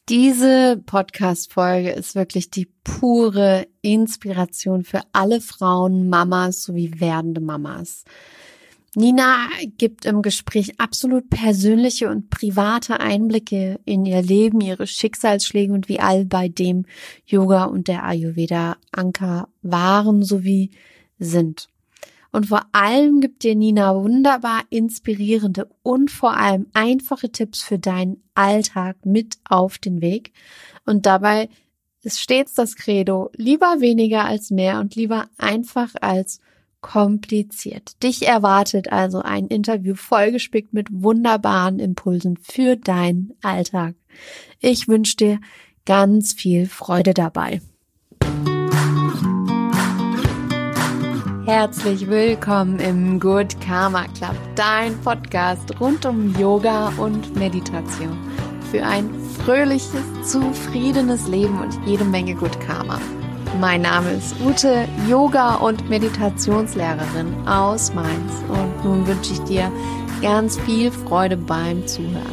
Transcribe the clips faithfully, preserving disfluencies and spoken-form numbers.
Diese Podcast-Folge ist wirklich die pure Inspiration für alle Frauen, Mamas sowie werdende Mamas. Nina gibt im Gespräch absolut persönliche und private Einblicke in ihr Leben, ihre Schicksalsschläge und wie all bei dem Yoga und der Ayurveda Anker waren sowie sind. Und vor allem gibt dir Nina wunderbar inspirierende und vor allem einfache Tipps für deinen Alltag mit auf den Weg. Und dabei ist stets das Credo, lieber weniger als mehr und lieber einfach als kompliziert. Dich erwartet also ein Interview vollgespickt mit wunderbaren Impulsen für deinen Alltag. Ich wünsche dir ganz viel Freude dabei. Herzlich willkommen im Good Karma Club, dein Podcast rund um Yoga und Meditation für ein fröhliches, zufriedenes Leben und jede Menge Good Karma. Mein Name ist Ute, Yoga- und Meditationslehrerin aus Mainz und nun wünsche ich dir ganz viel Freude beim Zuhören.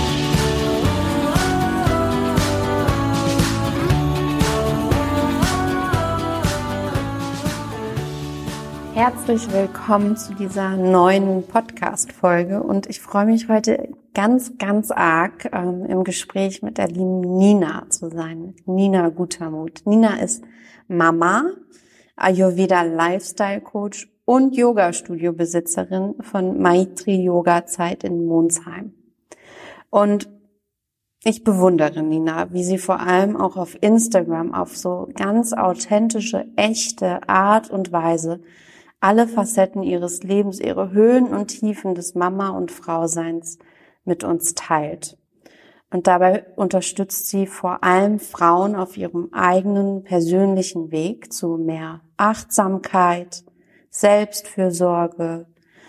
Herzlich willkommen zu dieser neuen Podcast-Folge und ich freue mich heute ganz, ganz arg ähm, im Gespräch mit der lieben Nina zu sein, mit Nina Gutermuth. Nina ist Mama, Ayurveda Lifestyle Coach und Yoga-Studio-Besitzerin von Maitri Yoga Zeit in Monsheim. Und ich bewundere Nina, wie sie vor allem auch auf Instagram auf so ganz authentische, echte Art und Weise alle Facetten ihres Lebens, ihre Höhen und Tiefen des Mama- und Frauseins mit uns teilt. Und dabei unterstützt sie vor allem Frauen auf ihrem eigenen persönlichen Weg zu mehr Achtsamkeit, Selbstfürsorge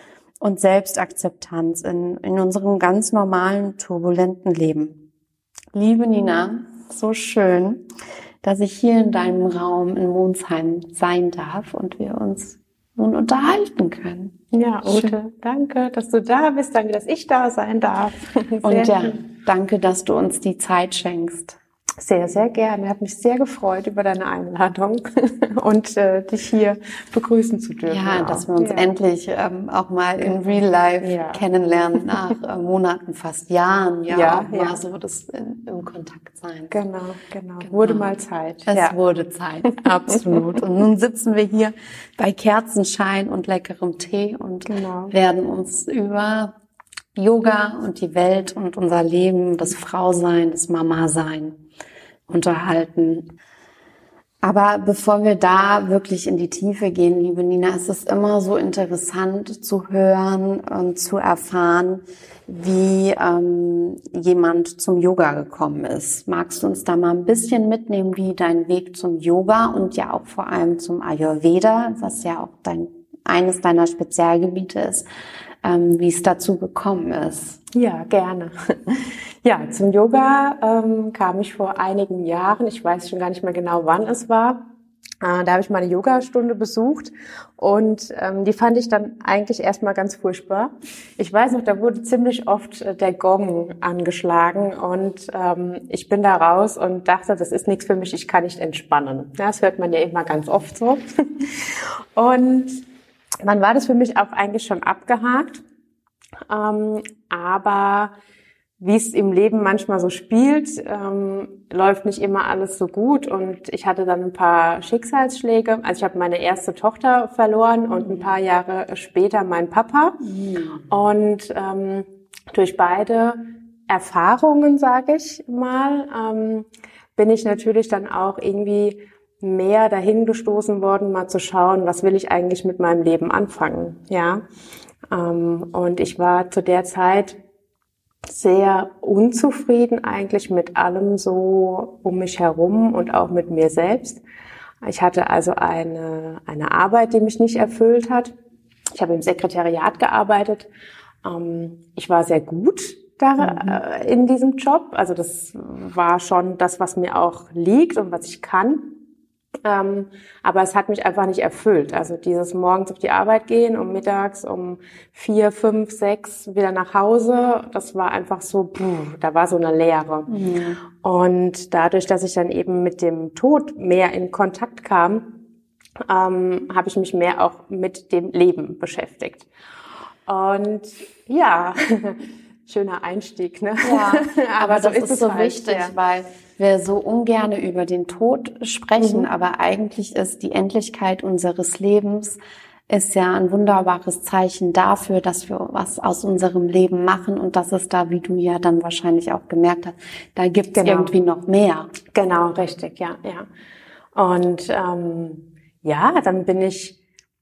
und Selbstakzeptanz in, in unserem ganz normalen, turbulenten Leben. Liebe Nina, so schön, dass ich hier in deinem Raum in Monsheim sein darf und wir uns nun unterhalten können. Ja, Ute, schön. Danke, dass du da bist, danke, dass ich da sein darf. Sehr und ja, danke, dass du uns die Zeit schenkst. Sehr, sehr gerne. Hat mich sehr gefreut über deine Einladung und äh, dich hier begrüßen zu dürfen. Ja, auch. dass wir uns ja. endlich ähm, auch mal in Real Life ja. kennenlernen, nach äh, Monaten, fast Jahren, ja, ja auch ja. mal so das in, im Kontakt sein. Genau, genau, genau. Wurde mal Zeit. Es ja. wurde Zeit, absolut. Und nun sitzen wir hier bei Kerzenschein und leckerem Tee und genau. werden uns über Yoga und die Welt und unser Leben, das Frausein, das Mama-Sein unterhalten. Aber bevor wir da wirklich in die Tiefe gehen, liebe Nina, ist es immer so interessant zu hören und zu erfahren, wie ähm, jemand zum Yoga gekommen ist. Magst du uns da mal ein bisschen mitnehmen, wie dein Weg zum Yoga und ja auch vor allem zum Ayurveda, was ja auch dein eines deiner Spezialgebiete ist, ähm, wie es dazu gekommen ist? Ja, gerne. Ja, zum Yoga ähm, kam ich vor einigen Jahren. Ich weiß schon gar nicht mehr genau, wann es war. Äh, da habe ich mal eine Yogastunde besucht und ähm, die fand ich dann eigentlich erstmal ganz furchtbar. Ich weiß noch, da wurde ziemlich oft äh, der Gong angeschlagen und ähm, ich bin da raus und dachte, das ist nichts für mich, ich kann nicht entspannen. Ja, das hört man ja immer ganz oft so. Und dann war das für mich auch eigentlich schon abgehakt. Ähm, aber wie es im Leben manchmal so spielt, ähm, läuft nicht immer alles so gut und ich hatte dann ein paar Schicksalsschläge. Also ich habe meine erste Tochter verloren und ein paar Jahre später meinen Papa. Mhm. Und ähm, durch beide Erfahrungen, sage ich mal, ähm, bin ich natürlich dann auch irgendwie mehr dahin gestoßen worden, mal zu schauen, was will ich eigentlich mit meinem Leben anfangen, ja. Ähm, und ich war zu der Zeit sehr unzufrieden eigentlich mit allem so um mich herum und auch mit mir selbst. Ich hatte also eine eine Arbeit, die mich nicht erfüllt hat. Ich habe im Sekretariat gearbeitet. Ähm, ich war sehr gut da mhm. in diesem Job. Also das war schon das, was mir auch liegt und was ich kann. Ähm, aber es hat mich einfach nicht erfüllt. Also dieses morgens auf die Arbeit gehen und mittags um vier, fünf, sechs wieder nach Hause, das war einfach so, puh, da war so eine Leere. Mhm. Und dadurch, dass ich dann eben mit dem Tod mehr in Kontakt kam, ähm, habe ich mich mehr auch mit dem Leben beschäftigt. Und ja, schöner Einstieg, ne? Ja, aber, aber so das ist, ist so halt, wichtig, ja. weil wir so ungern über den Tod sprechen, mhm. aber eigentlich ist die Endlichkeit unseres Lebens ist ja ein wunderbares Zeichen dafür, dass wir was aus unserem Leben machen und dass es da, wie du ja dann wahrscheinlich auch gemerkt hast, da gibt es genau. irgendwie noch mehr. Genau, richtig, ja, ja. Und ähm, ja, dann bin ich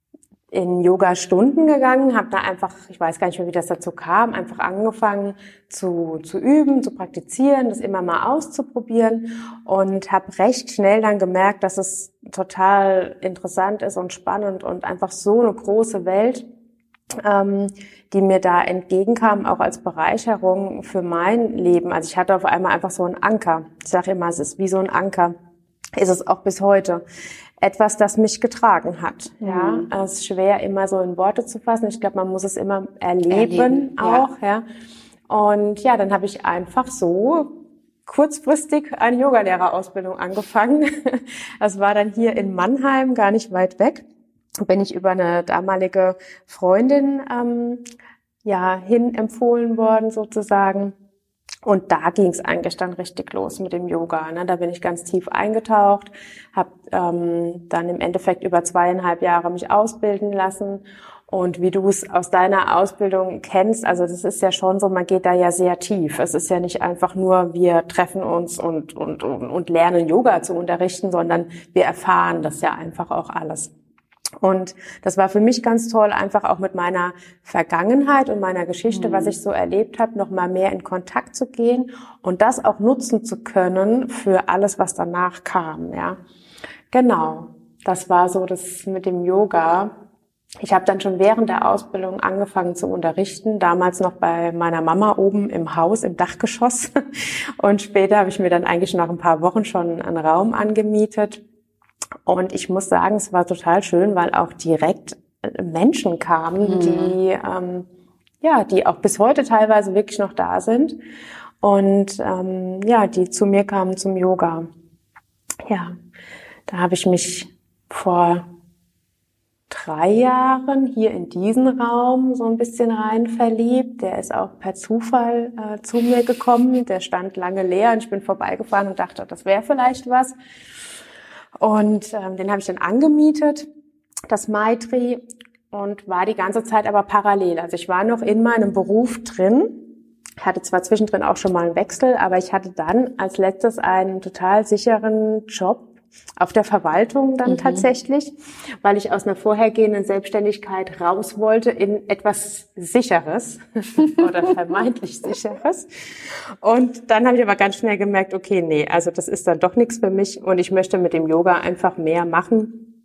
in Yoga-Stunden gegangen, habe da einfach, ich weiß gar nicht mehr, wie das dazu kam, einfach angefangen zu zu üben, zu praktizieren, das immer mal auszuprobieren und habe recht schnell dann gemerkt, dass es total interessant ist und spannend und einfach so eine große Welt, ähm, die mir da entgegenkam, auch als Bereicherung für mein Leben. Also ich hatte auf einmal einfach so einen Anker. Ich sage immer, es ist wie so ein Anker. Ist es auch bis heute. Etwas, das mich getragen hat. Ja, mhm. Es ist schwer, immer so in Worte zu fassen. Ich glaube, man muss es immer erleben, erleben auch. Ja. ja. Und ja, dann habe ich einfach so kurzfristig eine Yogalehrerausbildung angefangen. Das war dann hier in Mannheim, gar nicht weit weg. Bin ich über eine damalige Freundin ähm, ja hin empfohlen worden sozusagen. Und da ging es eigentlich dann richtig los mit dem Yoga. Ne? Da bin ich ganz tief eingetaucht, habe ähm, dann im Endeffekt über zweieinhalb Jahre mich ausbilden lassen. Und wie du es aus deiner Ausbildung kennst, also das ist ja schon so, man geht da ja sehr tief. Es ist ja nicht einfach nur, wir treffen uns und und und, und lernen Yoga zu unterrichten, sondern wir erfahren das ja einfach auch alles. Und das war für mich ganz toll, einfach auch mit meiner Vergangenheit und meiner Geschichte, mhm. was ich so erlebt habe, noch mal mehr in Kontakt zu gehen und das auch nutzen zu können für alles, was danach kam. Ja, genau. Das war so das mit dem Yoga. Ich habe dann schon während der Ausbildung angefangen zu unterrichten, damals noch bei meiner Mama oben im Haus, im Dachgeschoss. Und später habe ich mir dann eigentlich nach ein paar Wochen schon einen Raum angemietet. Und ich muss sagen, es war total schön, weil auch direkt Menschen kamen, mhm. die ähm, ja, die auch bis heute teilweise wirklich noch da sind und ähm, ja, die zu mir kamen zum Yoga. Ja, da habe ich mich vor drei Jahren hier in diesen Raum so ein bisschen rein verliebt. Der ist auch per Zufall äh, zu mir gekommen. Der stand lange leer und ich bin vorbeigefahren und dachte, das wäre vielleicht was. Und ähm, den habe ich dann angemietet, das Maitri, und war die ganze Zeit aber parallel. Also ich war noch in meinem Beruf drin, hatte zwar zwischendrin auch schon mal einen Wechsel, aber ich hatte dann als letztes einen total sicheren Job auf der Verwaltung dann mhm. tatsächlich, weil ich aus einer vorhergehenden Selbstständigkeit raus wollte in etwas Sicheres oder vermeintlich Sicheres. Und dann habe ich aber ganz schnell gemerkt, okay, nee, also das ist dann doch nichts für mich und ich möchte mit dem Yoga einfach mehr machen.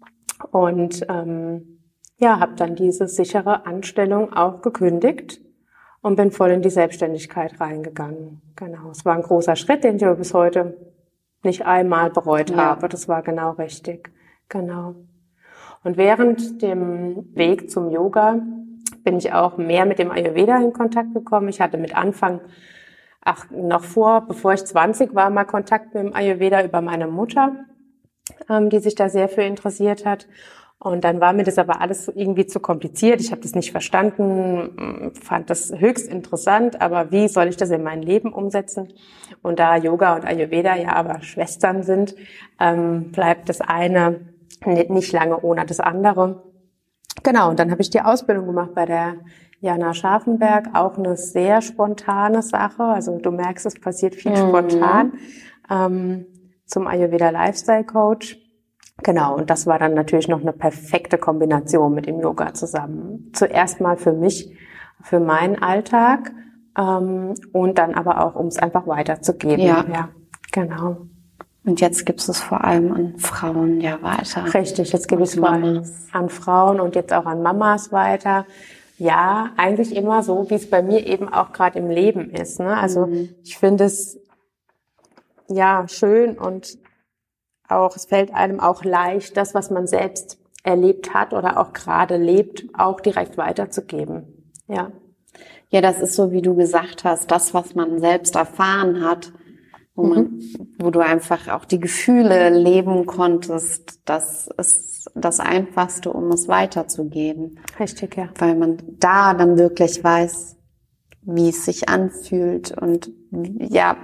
Und ähm, ja, habe dann diese sichere Anstellung auch gekündigt und bin voll in die Selbstständigkeit reingegangen. Genau, es war ein großer Schritt, den ich aber bis heute nicht einmal bereut ja. habe. Das war genau richtig. Genau. Und während dem Weg zum Yoga bin ich auch mehr mit dem Ayurveda in Kontakt gekommen. Ich hatte mit Anfang, ach, noch vor, bevor ich zwanzig war, mal Kontakt mit dem Ayurveda über meine Mutter, ähm, die sich da sehr für interessiert hat. Und dann war mir das aber alles irgendwie zu kompliziert. Ich habe das nicht verstanden, fand das höchst interessant, aber wie soll ich das in mein Leben umsetzen? Und da Yoga und Ayurveda ja aber Schwestern sind, ähm, bleibt das eine nicht lange ohne das andere. Genau, und dann habe ich die Ausbildung gemacht bei der Jana Scharfenberg, auch eine sehr spontane Sache. Also du merkst, es passiert viel mhm. spontan, ähm, zum Ayurveda Lifestyle Coach. Genau, und das war dann natürlich noch eine perfekte Kombination mit dem Yoga zusammen. Zuerst mal für mich, für meinen Alltag ähm, und dann aber auch, um es einfach weiterzugeben. Ja. ja, genau. Und jetzt gibst du es vor allem an Frauen ja weiter. Richtig, jetzt gebe ich es vor allem an Frauen und jetzt auch an Mamas weiter. Ja, eigentlich immer so, wie es bei mir eben auch gerade im Leben ist. Ne? Also mhm. ich finde es ja schön und auch, es fällt einem auch leicht, das, was man selbst erlebt hat oder auch gerade lebt, auch direkt weiterzugeben. Ja. Ja, das ist so, wie du gesagt hast, das, was man selbst erfahren hat, wo man, mhm. wo du einfach auch die Gefühle leben konntest, das ist das Einfachste, um es weiterzugeben. Richtig, ja. Weil man da dann wirklich weiß, wie es sich anfühlt und ja,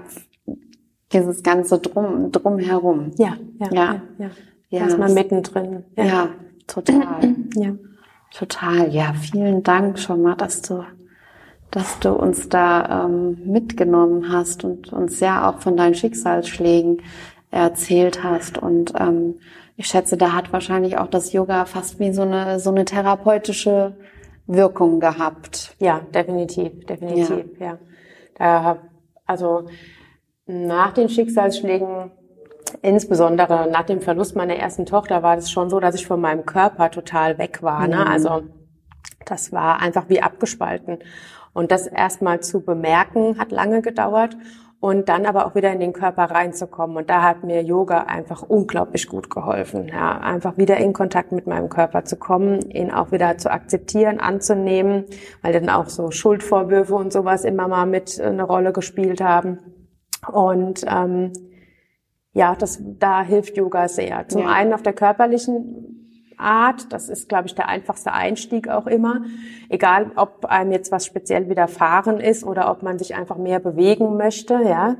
dieses ganze drum drumherum. Ja, ja, ja, ja. ja. Erstmal mittendrin. Ja, ja, total. Ja. Total. Ja, vielen Dank schon mal, dass du dass du uns da ähm, mitgenommen hast und uns ja auch von deinen Schicksalsschlägen erzählt hast. Und ähm, ich schätze, da hat wahrscheinlich auch das Yoga fast wie so eine so eine therapeutische Wirkung gehabt. Ja, definitiv, definitiv, ja. ja. Da, also nach den Schicksalsschlägen, insbesondere nach dem Verlust meiner ersten Tochter, war das schon so, dass ich von meinem Körper total weg war. Mhm. Ne? Also das war einfach wie abgespalten. Und das erstmal zu bemerken, hat lange gedauert und dann aber auch wieder in den Körper reinzukommen. Und da hat mir Yoga einfach unglaublich gut geholfen. Ja, einfach wieder in Kontakt mit meinem Körper zu kommen, ihn auch wieder zu akzeptieren, anzunehmen, weil dann auch so Schuldvorwürfe und sowas immer mal mit eine Rolle gespielt haben. Und ähm, ja, das da hilft Yoga sehr. Zum ja. einen auf der körperlichen Art, das ist, glaube ich, der einfachste Einstieg auch immer. Egal, ob einem jetzt was speziell widerfahren ist oder ob man sich einfach mehr bewegen möchte, ja.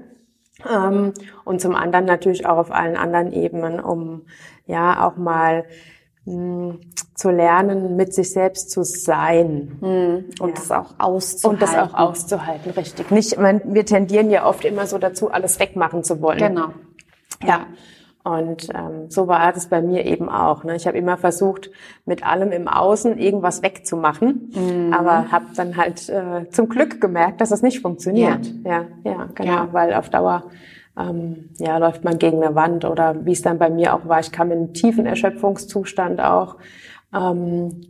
Ähm, und zum anderen natürlich auch auf allen anderen Ebenen, um ja auch mal mh, zu lernen, mit sich selbst zu sein. Mhm. Und ja. das auch auszuhalten. Und das auch auszuhalten, richtig. Nicht, man, wir tendieren ja oft immer so dazu, alles wegmachen zu wollen. Genau. Ja. Und ähm, so war das bei mir eben auch. Ne? Ich habe immer versucht, mit allem im Außen irgendwas wegzumachen, mhm. aber habe dann halt äh, zum Glück gemerkt, dass das nicht funktioniert. Ja, ja, ja genau, ja. Weil auf Dauer ähm, ja läuft man gegen eine Wand oder wie es dann bei mir auch war. Ich kam in einen tiefen Erschöpfungszustand auch ähm,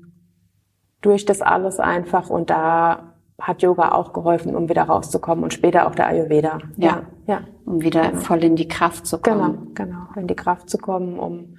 durch das alles einfach und da hat Yoga auch geholfen, um wieder rauszukommen und später auch der Ayurveda. Ja, ja, um wieder genau. voll in die Kraft zu kommen. Genau, genau, in die Kraft zu kommen, um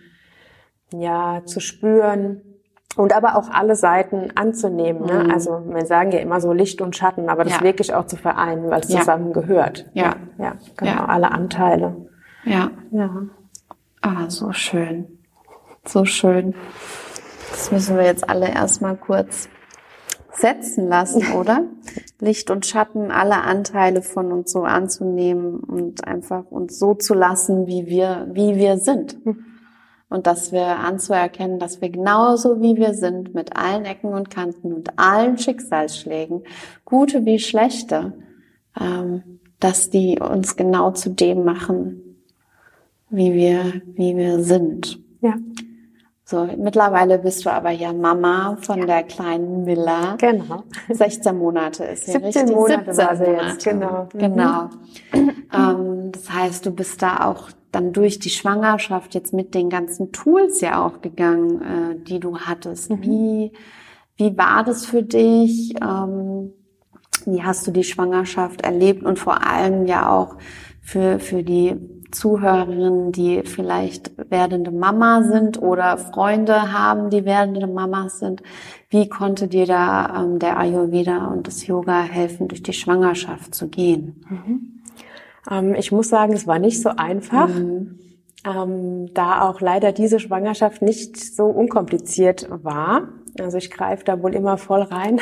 ja zu spüren und aber auch alle Seiten anzunehmen. Ne? Mhm. Also wir sagen ja immer so Licht und Schatten, aber das ja. wirklich auch zu vereinen, weil es ja. zusammen gehört. Ja, ja, genau, ja. alle Anteile. Ja, ja. Ah, so schön, so schön. Das müssen wir jetzt alle erstmal kurz setzen lassen, oder? Licht und Schatten, alle Anteile von uns so anzunehmen und einfach uns so zu lassen, wie wir, wie wir sind. Und dass wir anzuerkennen, dass wir genauso wie wir sind, mit allen Ecken und Kanten und allen Schicksalsschlägen, gute wie schlechte, ähm, dass die uns genau zu dem machen, wie wir, wie wir sind. Ja. So, mittlerweile bist du aber ja Mama von ja. der kleinen Milla. Genau. sechzehn Monate ist sie siebzehn richtig. Monate siebzehn war sie Monate. Jetzt, genau. Genau. Mhm. Ähm, das heißt, du bist da auch dann durch die Schwangerschaft jetzt mit den ganzen Tools ja auch gegangen, äh, die du hattest. Mhm. Wie, wie war das für dich? Ähm, wie hast du die Schwangerschaft erlebt und vor allem ja auch für, für die Zuhörerinnen, die vielleicht werdende Mama sind oder Freunde haben, die werdende Mamas sind. Wie konnte dir da ähm, der Ayurveda und das Yoga helfen, durch die Schwangerschaft zu gehen? Mhm. Ähm, ich muss sagen, es war nicht so einfach, mhm. ähm, da auch leider diese Schwangerschaft nicht so unkompliziert war. Also ich greife da wohl immer voll rein.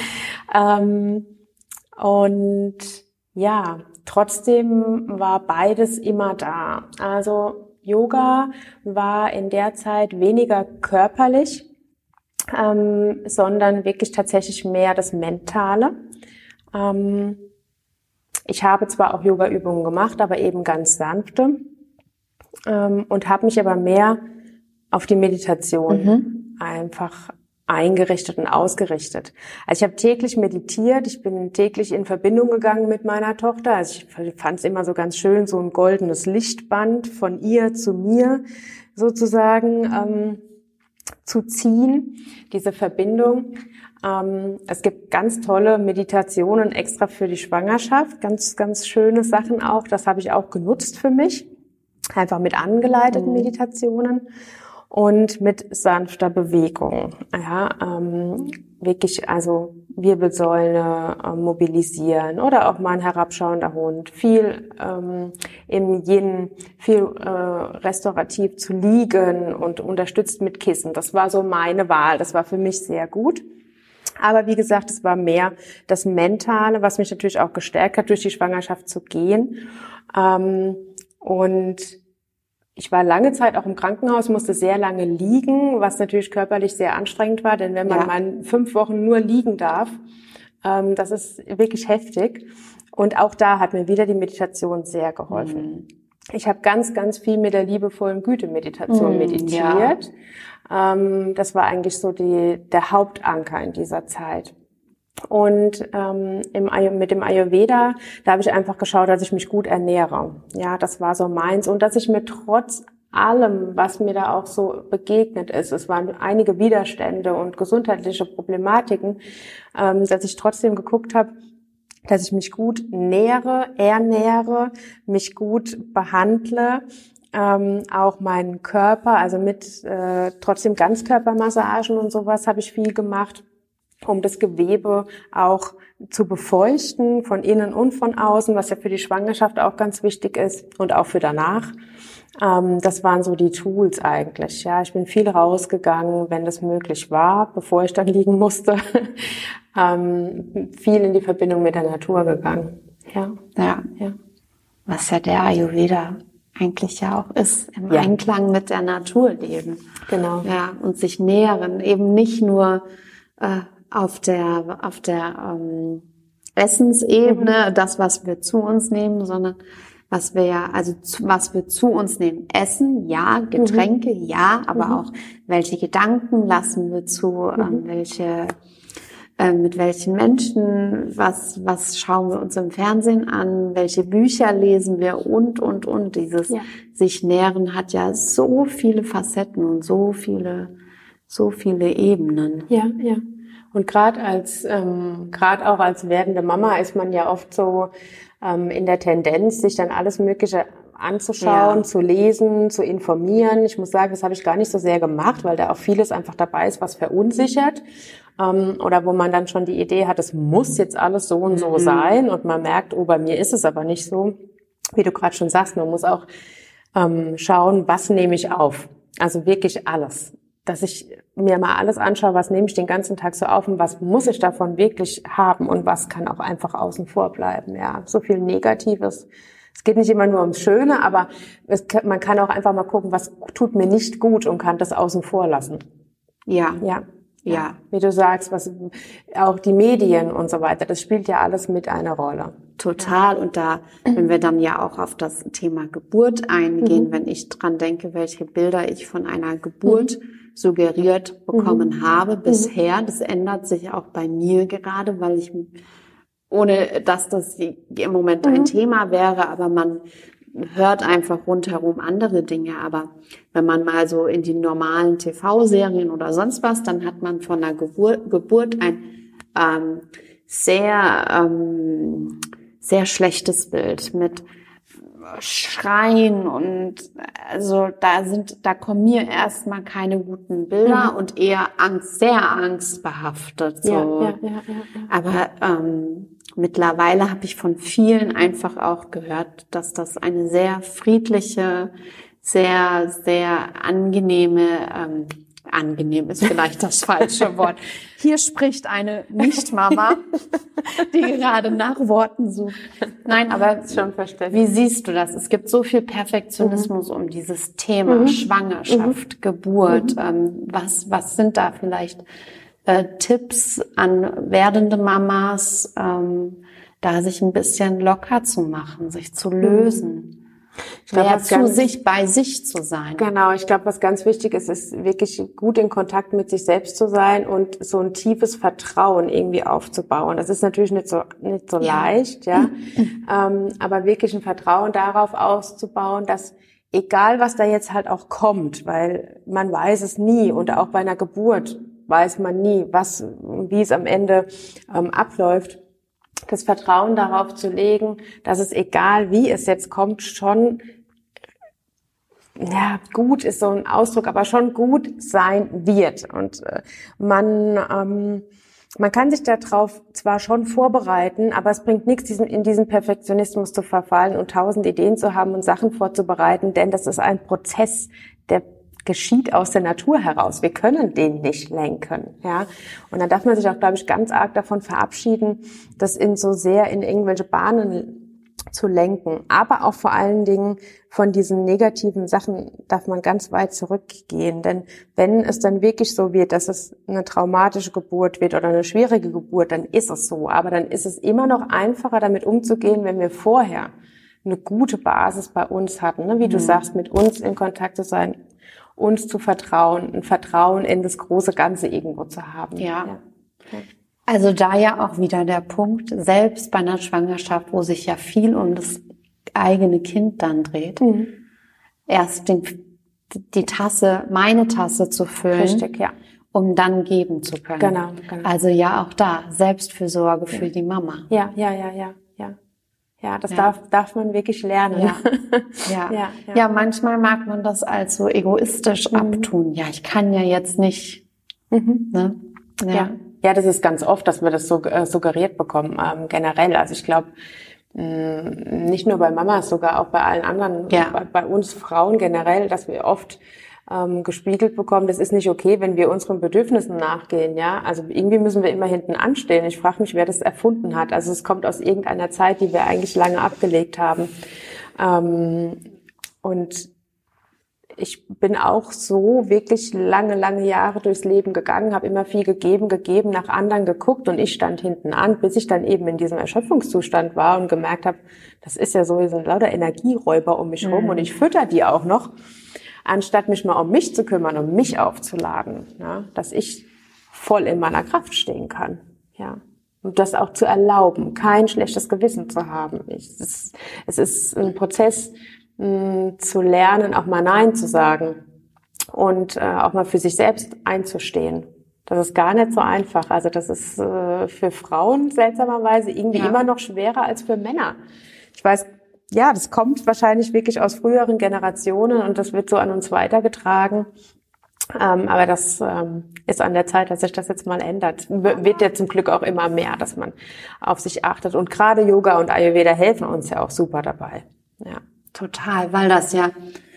ähm, und ja, trotzdem war beides immer da. Also Yoga war in der Zeit weniger körperlich, ähm, sondern wirklich tatsächlich mehr das Mentale. Ähm, ich habe zwar auch Yoga-Übungen gemacht, aber eben ganz sanfte ähm, und habe mich aber mehr auf die Meditation mhm. einfach eingerichtet und ausgerichtet. Also ich habe täglich meditiert, ich bin täglich in Verbindung gegangen mit meiner Tochter. Also ich fand es immer so ganz schön, so ein goldenes Lichtband von ihr zu mir sozusagen ähm, zu ziehen, diese Verbindung. Ähm, es gibt ganz tolle Meditationen extra für die Schwangerschaft, ganz, ganz schöne Sachen auch. Das habe ich auch genutzt für mich. einfach mit angeleiteten mhm. Meditationen und mit sanfter Bewegung. Ja, ähm, wirklich also Wirbelsäule äh, mobilisieren oder auch mal ein herabschauender Hund. Viel ähm, im Yin, viel äh, restaurativ zu liegen und unterstützt mit Kissen. Das war so meine Wahl. Das war für mich sehr gut. Aber wie gesagt, es war mehr das Mentale, was mich natürlich auch gestärkt hat, durch die Schwangerschaft zu gehen. Ähm, und ich war lange Zeit auch im Krankenhaus, musste sehr lange liegen, was natürlich körperlich sehr anstrengend war, denn wenn man ja. mal fünf Wochen nur liegen darf, ähm, das ist wirklich heftig. Und auch da hat mir wieder die Meditation sehr geholfen. Mhm. Ich habe ganz, ganz viel mit der liebevollen Güte-Meditation mhm, meditiert. Ja. Ähm, das war eigentlich so die, der Hauptanker in dieser Zeit. Und ähm, im, mit dem Ayurveda, da habe ich einfach geschaut, dass ich mich gut ernähre. Ja, das war so meins. Und dass ich mir trotz allem, was mir da auch so begegnet ist, es waren einige Widerstände und gesundheitliche Problematiken, ähm, dass ich trotzdem geguckt habe, dass ich mich gut nähere, ernähre, mich gut behandle, ähm, auch meinen Körper, also mit äh, trotzdem Ganzkörpermassagen und sowas habe ich viel gemacht, um das Gewebe auch zu befeuchten, von innen und von außen, was ja für die Schwangerschaft auch ganz wichtig ist und auch für danach. Ähm, das waren so die Tools eigentlich. Ja, ich bin viel rausgegangen, wenn das möglich war, bevor ich dann liegen musste. ähm, viel in die Verbindung mit der Natur gegangen. Ja, ja, ja. Was ja der Ayurveda eigentlich ja auch ist, im ja. Einklang mit der Natur leben. Genau. Ja, und sich nähren, eben nicht nur äh, auf der auf der ähm, Essensebene, mhm. das, was wir zu uns nehmen, sondern was wir ja, also zu, was wir zu uns nehmen. Essen, ja, Getränke, mhm. ja, aber mhm. auch welche Gedanken lassen wir zu, mhm. ähm, welche äh, mit welchen Menschen, was was schauen wir uns im Fernsehen an, welche Bücher lesen wir und und und. Dieses ja. sich nähren hat ja so viele Facetten und so viele so viele Ebenen. Ja, ja. Und gerade als, ähm, gerade auch als werdende Mama ist man ja oft so ähm, in der Tendenz, sich dann alles Mögliche anzuschauen, ja. zu lesen, zu informieren. Ich muss sagen, das habe ich gar nicht so sehr gemacht, weil da auch vieles einfach dabei ist, was verunsichert. Ähm, oder wo man dann schon die Idee hat, es muss jetzt alles so und so mhm. sein. Und man merkt, oh, bei mir ist es aber nicht so. Wie du gerade schon sagst, man muss auch ähm, schauen, was nehme ich auf. Also wirklich alles. Dass ich mir mal alles anschaue, was nehme ich den ganzen Tag so auf und was muss ich davon wirklich haben und was kann auch einfach außen vor bleiben. Ja, so viel Negatives. Es geht nicht immer nur ums Schöne, aber es, man kann auch einfach mal gucken, was tut mir nicht gut und kann das außen vor lassen. Ja, ja, ja. Wie du sagst, was auch die Medien und so weiter, das spielt ja alles mit einer Rolle. Total. Und da, wenn wir dann ja auch auf das Thema Geburt eingehen, mhm. wenn ich dran denke, welche Bilder ich von einer Geburt mhm. suggeriert bekommen mhm. habe bisher. Das ändert sich auch bei mir gerade, weil ich, ohne dass das im Moment ein mhm. Thema wäre, aber man hört einfach rundherum andere Dinge. Aber wenn man mal so in die normalen T V-Serien oder sonst was, dann hat man von der Geburt, Geburt ein ähm, sehr, ähm, sehr schlechtes Bild mit Schreien und also da sind, da kommen mir erstmal keine guten Bilder mhm. und eher Angst, sehr angstbehaftet. So. Ja, ja, ja, ja, ja. Aber ähm, mittlerweile habe ich von vielen einfach auch gehört, dass das eine sehr friedliche, sehr, sehr angenehme, ähm, angenehm ist vielleicht das falsche Wort. Hier spricht eine Nicht-Mama, die gerade nach Worten sucht. Nein, aber schon verständlich. Wie siehst du das? Es gibt so viel Perfektionismus mhm. um dieses Thema mhm. Schwangerschaft, mhm. Geburt. Mhm. Ähm, was, was sind da vielleicht äh, Tipps an werdende Mamas, ähm, da sich ein bisschen locker zu machen, sich zu lösen? Mhm. Ich glaub, mehr zu ganz, sich, bei sich zu sein. Genau, ich glaube, was ganz wichtig ist, ist wirklich gut in Kontakt mit sich selbst zu sein und so ein tiefes Vertrauen irgendwie aufzubauen. Das ist natürlich nicht so nicht so ja. leicht, ja, ähm, aber wirklich ein Vertrauen darauf auszubauen, dass egal was da jetzt halt auch kommt, weil man weiß es nie und auch bei einer Geburt weiß man nie, was wie es am Ende ähm, abläuft. Das Vertrauen darauf zu legen, dass es egal wie es jetzt kommt, schon ja, gut ist so ein Ausdruck, aber schon gut sein wird. Und äh, man ähm, man kann sich darauf zwar schon vorbereiten, aber es bringt nichts, diesen, in diesen Perfektionismus zu verfallen und tausend Ideen zu haben und Sachen vorzubereiten, denn das ist ein Prozess, der geschieht aus der Natur heraus. Wir können den nicht lenken, ja. Und dann darf man sich auch, glaube ich, ganz arg davon verabschieden, das in so sehr in irgendwelche Bahnen zu lenken. Aber auch vor allen Dingen von diesen negativen Sachen darf man ganz weit zurückgehen. Denn wenn es dann wirklich so wird, dass es eine traumatische Geburt wird oder eine schwierige Geburt, dann ist es so. Aber dann ist es immer noch einfacher, damit umzugehen, wenn wir vorher eine gute Basis bei uns hatten. Ne? Wie mhm. du sagst, mit uns in Kontakt zu sein, uns zu vertrauen, ein Vertrauen in das große Ganze irgendwo zu haben. Ja. ja. Okay. Also da ja auch wieder der Punkt, selbst bei einer Schwangerschaft, wo sich ja viel um das eigene Kind dann dreht, mhm. erst den, die Tasse, meine Tasse zu füllen, Richtig, ja. um dann geben zu können. Genau, genau. Also ja auch da, Selbstfürsorge ja. für die Mama. Ja, ja, ja, ja, ja. Ja, das ja. darf darf man wirklich lernen. Ja. Ja. ja, ja. ja, manchmal mag man das als so egoistisch mhm. abtun. Ja, ich kann ja jetzt nicht. Mhm. Ne? Ja. ja. Ja, das ist ganz oft, dass wir das so äh, suggeriert bekommen, ähm, generell. Also ich glaube, nicht nur bei Mamas, sogar auch bei allen anderen, ja. bei, bei uns Frauen generell, dass wir oft ähm, gespiegelt bekommen, das ist nicht okay, wenn wir unseren Bedürfnissen nachgehen, ja. Also irgendwie müssen wir immer hinten anstehen. Ich frage mich, wer das erfunden hat. Also es kommt aus irgendeiner Zeit, die wir eigentlich lange abgelegt haben. Ähm, und ich bin auch so wirklich lange, lange Jahre durchs Leben gegangen, habe immer viel gegeben, gegeben, nach anderen geguckt und ich stand hinten an, bis ich dann eben in diesem Erschöpfungszustand war und gemerkt habe, das ist ja so, hier sind lauter Energieräuber um mich mhm. rum und ich fütter die auch noch, anstatt mich mal um mich zu kümmern, um mich aufzuladen, ja, dass ich voll in meiner Kraft stehen kann, ja. Und das auch zu erlauben, kein schlechtes Gewissen zu haben. Ich, es, ist, es ist ein Prozess, zu lernen, auch mal Nein zu sagen und äh, auch mal für sich selbst einzustehen. Das ist gar nicht so einfach. Also das ist äh, für Frauen seltsamerweise irgendwie ja. immer noch schwerer als für Männer. Ich weiß, ja, das kommt wahrscheinlich wirklich aus früheren Generationen und das wird so an uns weitergetragen. Ähm, aber das ähm, ist an der Zeit, dass sich das jetzt mal ändert. W- wird ja zum Glück auch immer mehr, dass man auf sich achtet. Und gerade Yoga und Ayurveda helfen uns ja auch super dabei. Ja. Total, weil das ja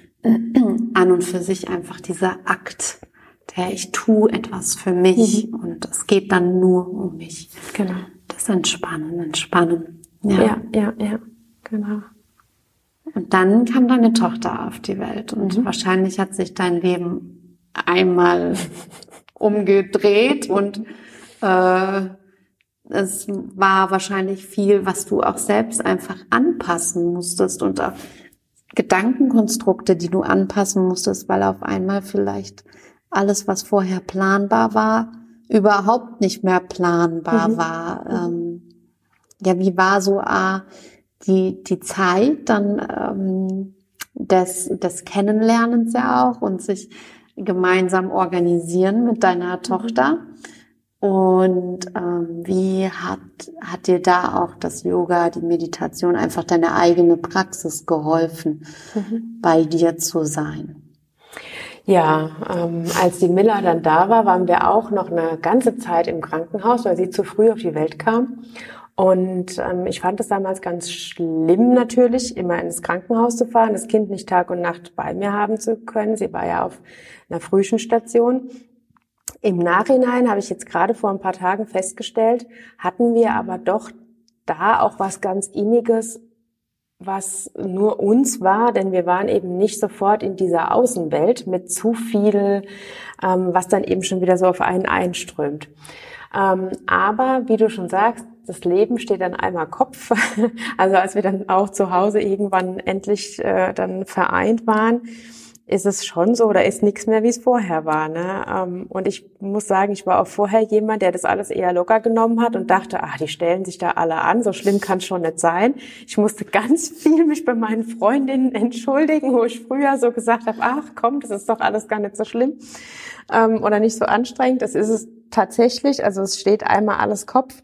an und für sich einfach dieser Akt, der ich tue etwas für mich mhm. und es geht dann nur um mich. Genau. Das Entspannen, Entspannen. Ja, ja, ja, ja, genau. Und dann kam deine Tochter auf die Welt und mhm. wahrscheinlich hat sich dein Leben einmal umgedreht und äh, es war wahrscheinlich viel, was du auch selbst einfach anpassen musstest und auch Gedankenkonstrukte, die du anpassen musstest, weil auf einmal vielleicht alles, was vorher planbar war, überhaupt nicht mehr planbar mhm. war. Ähm, ja, wie war so ah, die die Zeit dann ähm, des des Kennenlernens ja auch und sich gemeinsam organisieren mit deiner mhm. Tochter? Und ähm, wie hat hat dir da auch das Yoga, die Meditation, einfach deine eigene Praxis geholfen, mhm. bei dir zu sein? Ja, ähm, als die Milla dann da war, waren wir auch noch eine ganze Zeit im Krankenhaus, weil sie zu früh auf die Welt kam. Und ähm, ich fand es damals ganz schlimm natürlich, immer ins Krankenhaus zu fahren, das Kind nicht Tag und Nacht bei mir haben zu können. Sie war ja auf einer Frühchenstation. Im Nachhinein habe ich jetzt gerade vor ein paar Tagen festgestellt, hatten wir aber doch da auch was ganz Inniges, was nur uns war, denn wir waren eben nicht sofort in dieser Außenwelt mit zu viel, ähm, was dann eben schon wieder so auf einen einströmt. Ähm, aber wie du schon sagst, das Leben steht an einmal Kopf. Also als wir dann auch zu Hause irgendwann endlich äh, dann vereint waren, ist es schon so, oder ist nichts mehr, wie es vorher war, ne? Und ich muss sagen, ich war auch vorher jemand, der das alles eher locker genommen hat und dachte, ach, die stellen sich da alle an, so schlimm kann es schon nicht sein. Ich musste ganz viel mich bei meinen Freundinnen entschuldigen, wo ich früher so gesagt habe, ach komm, das ist doch alles gar nicht so schlimm oder nicht so anstrengend. Das ist es tatsächlich, also es steht einmal alles Kopf.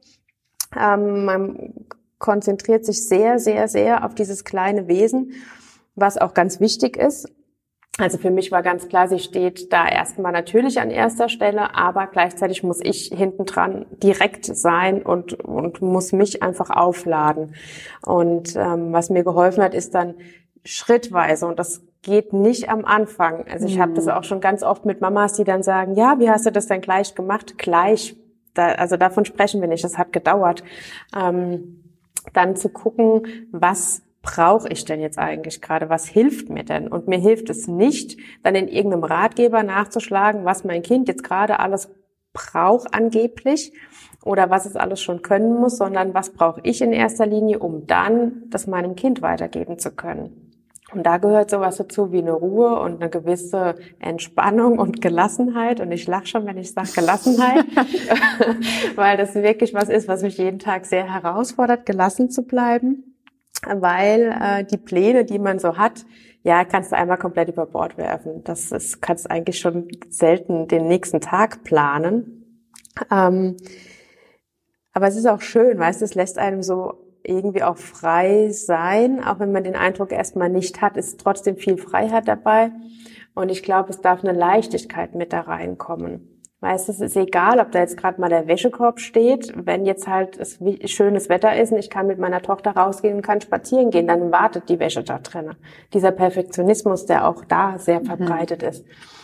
Man konzentriert sich sehr, sehr, sehr auf dieses kleine Wesen, was auch ganz wichtig ist. Also für mich war ganz klar, sie steht da erstmal natürlich an erster Stelle, aber gleichzeitig muss ich hinten dran direkt sein und und muss mich einfach aufladen. Und ähm, was mir geholfen hat, ist dann schrittweise, und das geht nicht am Anfang. Also ich mhm. habe das auch schon ganz oft mit Mamas, die dann sagen, ja, wie hast du das denn gleich gemacht? Gleich, da, also davon sprechen wir nicht, das hat gedauert. Ähm, dann zu gucken, was brauche ich denn jetzt eigentlich gerade? Was hilft mir denn? Und mir hilft es nicht, dann in irgendeinem Ratgeber nachzuschlagen, was mein Kind jetzt gerade alles braucht angeblich oder was es alles schon können muss, sondern was brauche ich in erster Linie, um dann das meinem Kind weitergeben zu können. Und da gehört sowas dazu wie eine Ruhe und eine gewisse Entspannung und Gelassenheit. Und ich lache schon, wenn ich sage Gelassenheit, weil das wirklich was ist, was mich jeden Tag sehr herausfordert, gelassen zu bleiben. Weil äh, die Pläne, die man so hat, ja, kannst du einmal komplett über Bord werfen. Das ist, kannst eigentlich schon selten den nächsten Tag planen. Ähm, aber es ist auch schön, weißt du, es lässt einem so irgendwie auch frei sein, auch wenn man den Eindruck erstmal nicht hat, ist trotzdem viel Freiheit dabei. Und ich glaube, es darf eine Leichtigkeit mit da reinkommen. Weißt du, es ist egal, ob da jetzt gerade mal der Wäschekorb steht, wenn jetzt halt es schönes Wetter ist und ich kann mit meiner Tochter rausgehen und kann spazieren gehen, dann wartet die Wäsche da drinnen. Dieser Perfektionismus, der auch da sehr verbreitet mhm. ist.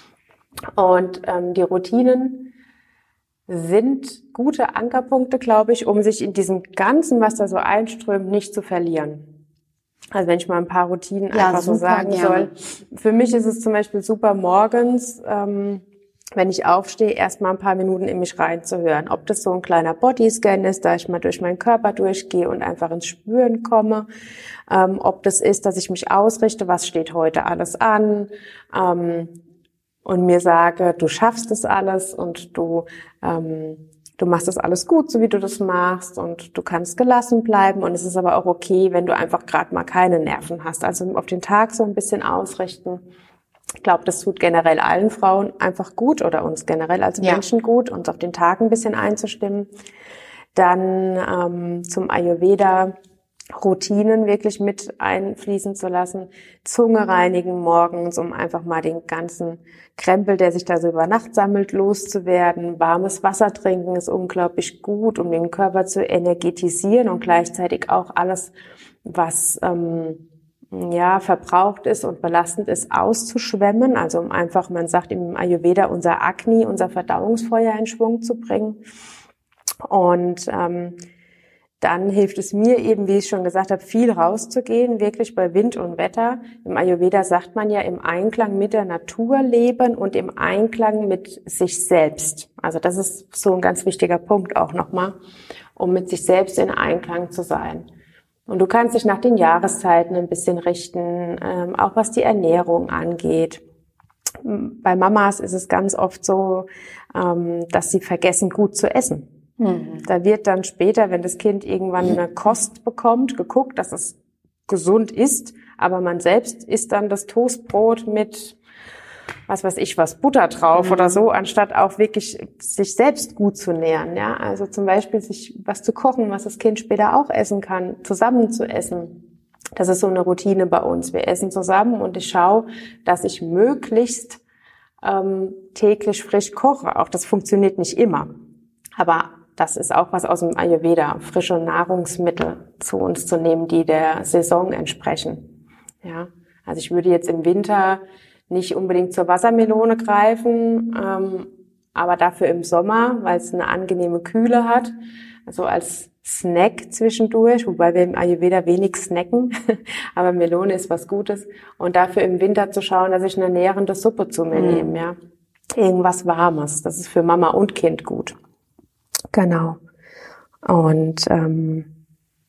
Und ähm, die Routinen sind gute Ankerpunkte, glaube ich, um sich in diesem Ganzen, was da so einströmt, nicht zu verlieren. Also wenn ich mal ein paar Routinen ja, einfach so sagen gerne. soll. Für mich ist es zum Beispiel super morgens, ähm, wenn ich aufstehe, erst mal ein paar Minuten in mich reinzuhören. Ob das so ein kleiner Bodyscan ist, da ich mal durch meinen Körper durchgehe und einfach ins Spüren komme. Ähm, ob das ist, dass ich mich ausrichte, was steht heute alles an. Ähm, und mir sage, du schaffst es alles und du ähm, du machst das alles gut, so wie du das machst und du kannst gelassen bleiben. Und es ist aber auch okay, wenn du einfach gerade mal keine Nerven hast. Also auf den Tag so ein bisschen ausrichten. Ich glaube, das tut generell allen Frauen einfach gut oder uns generell als Menschen ja. gut, uns auf den Tag ein bisschen einzustimmen. Dann ähm, zum Ayurveda Routinen wirklich mit einfließen zu lassen. Zunge reinigen morgens, um einfach mal den ganzen Krempel, der sich da so über Nacht sammelt, loszuwerden. Warmes Wasser trinken ist unglaublich gut, um den Körper zu energetisieren und gleichzeitig auch alles, was ähm, ja verbraucht ist und belastend ist, auszuschwemmen. Also um einfach, man sagt im Ayurveda, unser Agni, unser Verdauungsfeuer in Schwung zu bringen. Und ähm, dann hilft es mir eben, wie ich schon gesagt habe, viel rauszugehen, wirklich bei Wind und Wetter. Im Ayurveda sagt man ja, im Einklang mit der Natur leben und im Einklang mit sich selbst. Also das ist so ein ganz wichtiger Punkt auch nochmal, um mit sich selbst in Einklang zu sein. Und du kannst dich nach den Jahreszeiten ein bisschen richten, ähm, auch was die Ernährung angeht. Bei Mamas ist es ganz oft so, ähm, dass sie vergessen, gut zu essen. Mhm. Da wird dann später, wenn das Kind irgendwann eine Kost bekommt, geguckt, dass es gesund ist, aber man selbst isst dann das Toastbrot mit, was weiß ich was, Butter drauf mhm. oder so, anstatt auch wirklich sich selbst gut zu nähren. Ja, also zum Beispiel sich was zu kochen, was das Kind später auch essen kann, zusammen zu essen. Das ist so eine Routine bei uns. Wir essen zusammen und ich schaue, dass ich möglichst ähm, täglich frisch koche. Auch das funktioniert nicht immer, aber das ist auch was aus dem Ayurveda, frische Nahrungsmittel zu uns zu nehmen, die der Saison entsprechen. Ja, also ich würde jetzt im Winter nicht unbedingt zur Wassermelone greifen, ähm, aber dafür im Sommer, weil es eine angenehme Kühle hat, also als Snack zwischendurch, wobei wir im Ayurveda wenig snacken, aber Melone ist was Gutes. Und dafür im Winter zu schauen, dass ich eine nährende Suppe zu mir mhm. nehme, ja, irgendwas Warmes. Das ist für Mama und Kind gut. Genau. Und ähm,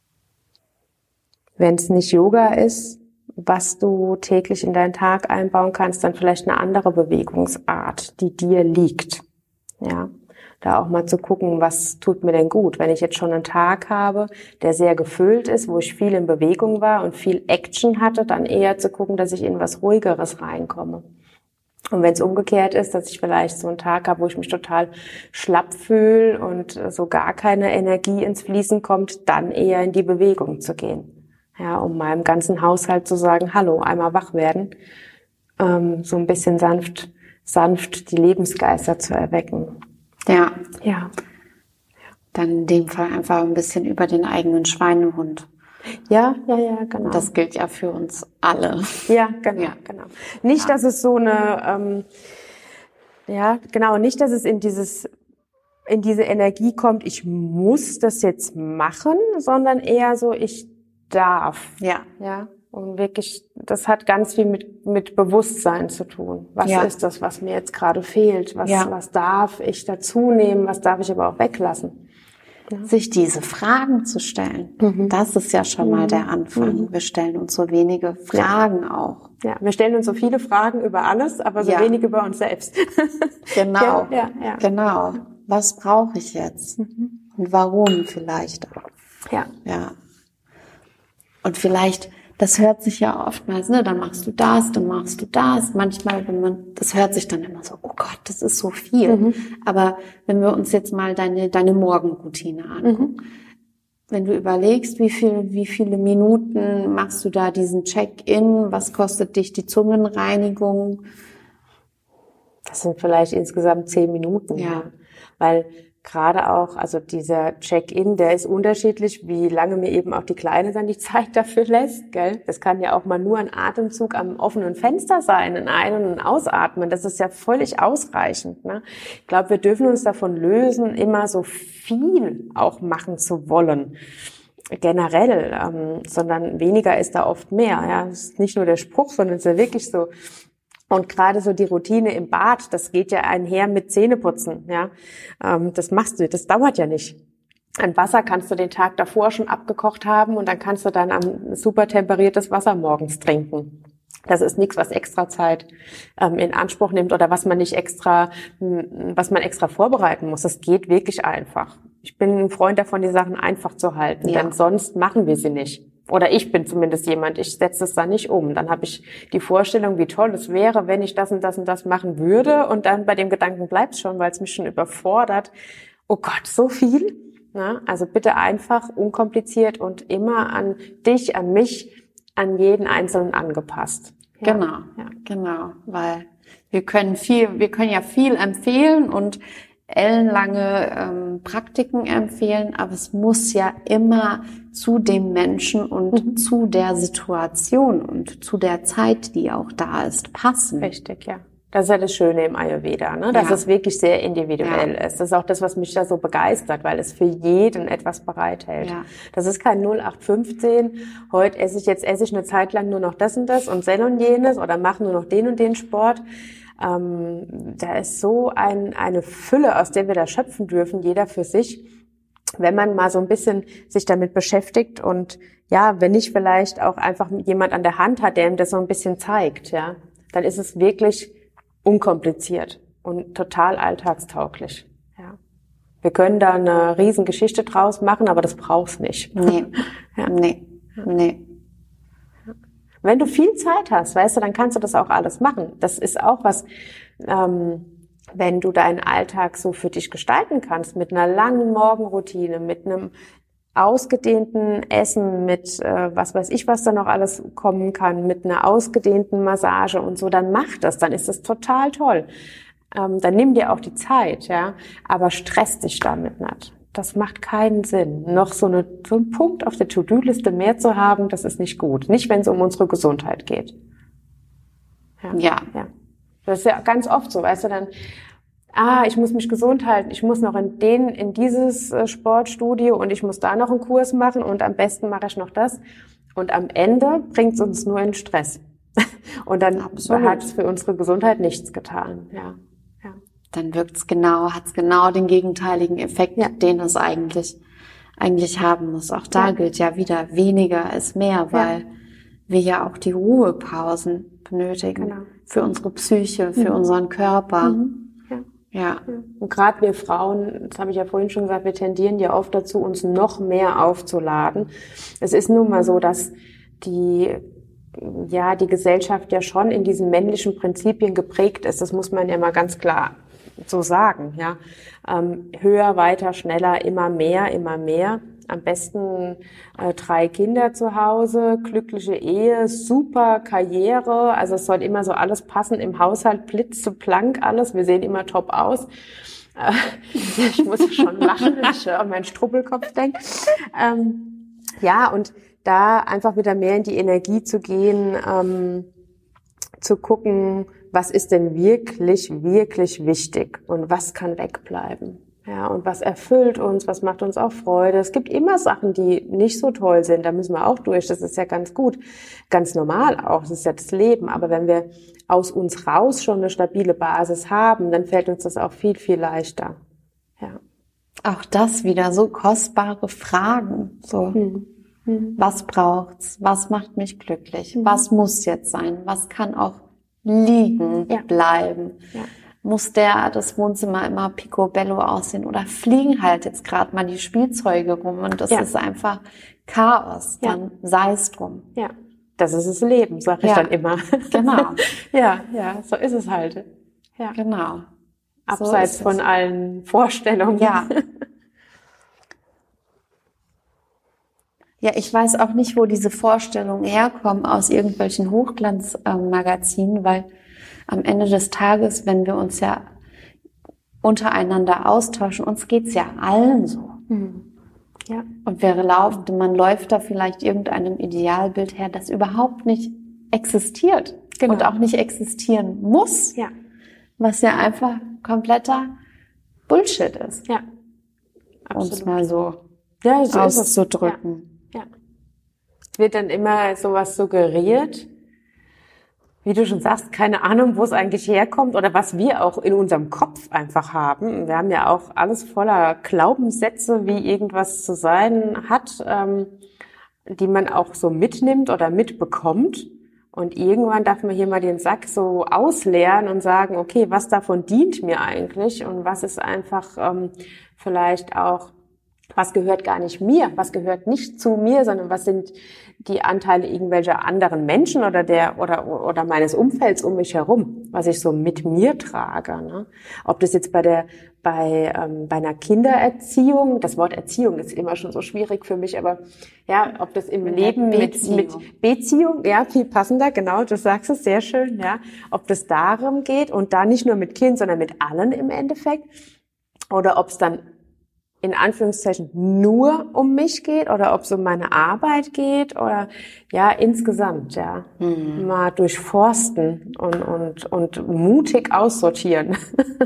wenn es nicht Yoga ist, was du täglich in deinen Tag einbauen kannst, dann vielleicht eine andere Bewegungsart, die dir liegt. Ja, da auch mal zu gucken, was tut mir denn gut, wenn ich jetzt schon einen Tag habe, der sehr gefüllt ist, wo ich viel in Bewegung war und viel Action hatte, dann eher zu gucken, dass ich in was Ruhigeres reinkomme. Und wenn es umgekehrt ist, dass ich vielleicht so einen Tag habe, wo ich mich total schlapp fühle und so gar keine Energie ins Fließen kommt, dann eher in die Bewegung zu gehen. Ja, um meinem ganzen Haushalt zu sagen, hallo, einmal wach werden. ähm, so ein bisschen sanft, sanft die Lebensgeister zu erwecken. Ja. Ja. Dann in dem Fall einfach ein bisschen über den eigenen Schweinehund. Ja, ja, ja, genau. Und das gilt ja für uns alle. Ja, genau, Ja. genau. Nicht, Ja. dass es so eine, ähm, ja, genau, nicht, dass es in dieses, in diese Energie kommt, ich muss das jetzt machen, sondern eher so, ich darf. Ja. Ja. Und wirklich, das hat ganz viel mit, mit Bewusstsein zu tun. Was Ja. ist das, was mir jetzt gerade fehlt? Was, Ja. was darf ich dazu nehmen? Was darf ich aber auch weglassen? Ja. Sich diese Fragen zu stellen, Mhm. das ist ja schon Mhm. mal der Anfang. Mhm. Wir stellen uns so wenige Fragen auch. Ja, wir stellen uns so viele Fragen über alles, aber so Ja. wenig über uns selbst. Genau, Ja, ja, ja. genau. Was brauche ich jetzt? Mhm. Und warum vielleicht auch? Ja. Ja. Und vielleicht, das hört sich ja oftmals, ne, dann machst du das, dann machst du das. Manchmal, wenn man, das hört sich dann immer so, oh Gott, das ist so viel. Mhm. Aber wenn wir uns jetzt mal deine, deine Morgenroutine angucken, Mhm. wenn du überlegst, wie viel, wie viele Minuten machst du da diesen Check-in, was kostet dich die Zungenreinigung? Das sind vielleicht insgesamt zehn Minuten. Ja. Ja. Weil gerade auch, also dieser Check-in, der ist unterschiedlich, wie lange mir eben auch die Kleine dann die Zeit dafür lässt, gell? Das kann ja auch mal nur ein Atemzug am offenen Fenster sein, ein Ein- und ein Ausatmen. Das ist ja völlig ausreichend, ne? Ich glaube, wir dürfen uns davon lösen, immer so viel auch machen zu wollen. Generell, ähm, sondern weniger ist da oft mehr. Ja, das ist nicht nur der Spruch, sondern es ist ja wirklich so. Und gerade so die Routine im Bad, das geht ja einher mit Zähneputzen. Ja, ähm, das machst du, das dauert ja nicht. Ein Wasser kannst du den Tag davor schon abgekocht haben und dann kannst du dann ein super temperiertes Wasser morgens trinken. Das ist nichts, was extra Zeit ähm, in Anspruch nimmt oder was man nicht extra, was man extra vorbereiten muss. Das geht wirklich einfach. Ich bin ein Freund davon, die Sachen einfach zu halten, Ja. denn sonst machen wir sie nicht. Oder ich bin zumindest jemand, ich setze es da nicht um. Dann habe ich die Vorstellung, wie toll es wäre, wenn ich das und das und das machen würde. Und dann bei dem Gedanken bleibt es schon, weil es mich schon überfordert. Oh Gott, so viel? Na, also bitte einfach, unkompliziert und immer an dich, an mich, an jeden Einzelnen angepasst. Ja. Genau, Ja. genau, weil wir können viel, wir können ja viel empfehlen und ellenlange ähm, Praktiken empfehlen, aber es muss ja immer zu dem Menschen und Mhm. zu der Situation und zu der Zeit, die auch da ist, passen. Richtig, ja. Das ist ja das Schöne im Ayurveda, ne? Dass Ja. es wirklich sehr individuell Ja. ist. Das ist auch das, was mich da so begeistert, weil es für jeden etwas bereithält. Ja. Das ist kein null acht fünfzehn, heute esse ich, jetzt esse ich eine Zeit lang nur noch das und das und sel und jenes oder mache nur noch den und den Sport. Ähm, da ist so ein, eine Fülle, aus der wir da schöpfen dürfen, jeder für sich. Wenn man mal so ein bisschen sich damit beschäftigt und ja, wenn nicht vielleicht auch einfach jemand an der Hand hat, der ihm das so ein bisschen zeigt, ja, dann ist es wirklich unkompliziert und total alltagstauglich. Ja. Wir können da eine Riesengeschichte draus machen, aber das brauchst nicht. Nee, Ja. nee, nee. Wenn du viel Zeit hast, weißt du, dann kannst du das auch alles machen. Das ist auch was, ähm, wenn du deinen Alltag so für dich gestalten kannst, mit einer langen Morgenroutine, mit einem ausgedehnten Essen, mit äh, was weiß ich, was da noch alles kommen kann, mit einer ausgedehnten Massage und so, dann mach das, dann ist das total toll. Ähm, dann nimm dir auch die Zeit, ja, aber stress dich damit nicht. Das macht keinen Sinn. Noch so, eine, so einen Punkt auf der To-Do-Liste mehr zu haben, das ist nicht gut. Nicht, wenn es um unsere Gesundheit geht. Ja. ja. Das ist ja ganz oft so, weißt du, dann, ah, ich muss mich gesund halten, ich muss noch in den, in dieses äh, Sportstudio und ich muss da noch einen Kurs machen und am besten mache ich noch das. Und am Ende bringt es uns nur in Stress. Und dann Absolut. hat es für unsere Gesundheit nichts getan, ja. ja. Dann wirkt's genau, hat's genau den gegenteiligen Effekt, Ja. den es eigentlich, eigentlich haben muss. Auch da Ja. gilt ja wieder, weniger ist mehr, weil Ja. wir ja auch die Ruhepausen benötigen. Genau. Für unsere Psyche, für Mhm. unseren Körper. Mhm. Ja. Ja. Und gerade wir Frauen, das habe ich ja vorhin schon gesagt, wir tendieren ja oft dazu, uns noch mehr aufzuladen. Es ist nun mal so, dass die, ja, die Gesellschaft ja schon in diesen männlichen Prinzipien geprägt ist. Das muss man ja mal ganz klar so sagen, ja. Ähm, höher, weiter, schneller, immer mehr, immer mehr. Am besten äh, drei Kinder zu Hause, glückliche Ehe, super Karriere. Also es soll immer so alles passen im Haushalt, blitzeblank alles. Wir sehen immer top aus. Äh, ich muss schon lachen, wenn ich an meinen Struppelkopf denke. Ähm, ja, und da einfach wieder mehr in die Energie zu gehen, ähm, zu gucken, was ist denn wirklich, wirklich wichtig und was kann wegbleiben. Ja, und was erfüllt uns, was macht uns auch Freude. Es gibt immer Sachen, die nicht so toll sind, da müssen wir auch durch, das ist ja ganz gut, ganz normal auch, das ist ja das Leben. Aber wenn wir aus uns raus schon eine stabile Basis haben, dann fällt uns das auch viel, viel leichter. Ja. Auch das wieder so kostbare Fragen. So, Hm. Hm. was braucht's? Was macht mich glücklich? Mhm. Was muss jetzt sein? Was kann auch liegen Ja. bleiben? Ja. Muss der das Wohnzimmer immer picobello aussehen oder fliegen halt jetzt gerade mal die Spielzeuge rum und das Ja. ist einfach Chaos, Ja. dann sei es drum. Ja, das ist das Leben, sag ich Ja. dann immer. Genau. Ja, ja, so ist es halt. Ja. Genau. So Abseits ist es. von allen Vorstellungen. Ja. Ja, ich weiß auch nicht, wo diese Vorstellungen herkommen aus irgendwelchen Hochglanzmagazinen, weil am Ende des Tages, wenn wir uns ja untereinander austauschen, uns geht's ja allen so. Mhm. Ja. Und wir laufen, man läuft da vielleicht irgendeinem Idealbild her, das überhaupt nicht existiert Genau. und auch nicht existieren muss, Ja. was ja einfach kompletter Bullshit ist, Ja. um es Absolut. mal so Ja, so ist es. auszudrücken. Ja. Es wird dann immer sowas suggeriert, wie du schon sagst, keine Ahnung, wo es eigentlich herkommt oder was wir auch in unserem Kopf einfach haben. Wir haben ja auch alles voller Glaubenssätze, wie irgendwas zu sein hat, ähm, die man auch so mitnimmt oder mitbekommt. Und irgendwann darf man hier mal den Sack so ausleeren und sagen, okay, was davon dient mir eigentlich und was ist einfach ähm, vielleicht auch, was gehört gar nicht mir, was gehört nicht zu mir, sondern was sind die Anteile irgendwelcher anderen Menschen oder der oder oder meines Umfelds um mich herum, was ich so mit mir trage. Ne? Ob das jetzt bei der bei ähm, bei einer Kindererziehung, das Wort Erziehung ist immer schon so schwierig für mich, aber ja, ob das im Mit der Leben mit Beziehung. mit Beziehung, ja, viel passender, genau, du sagst es sehr schön, ja, ob das darum geht und da nicht nur mit Kind, sondern mit allen im Endeffekt, oder ob es dann in Anführungszeichen nur um mich geht oder ob es um meine Arbeit geht oder ja insgesamt ja Mhm. mal durchforsten und und und mutig aussortieren.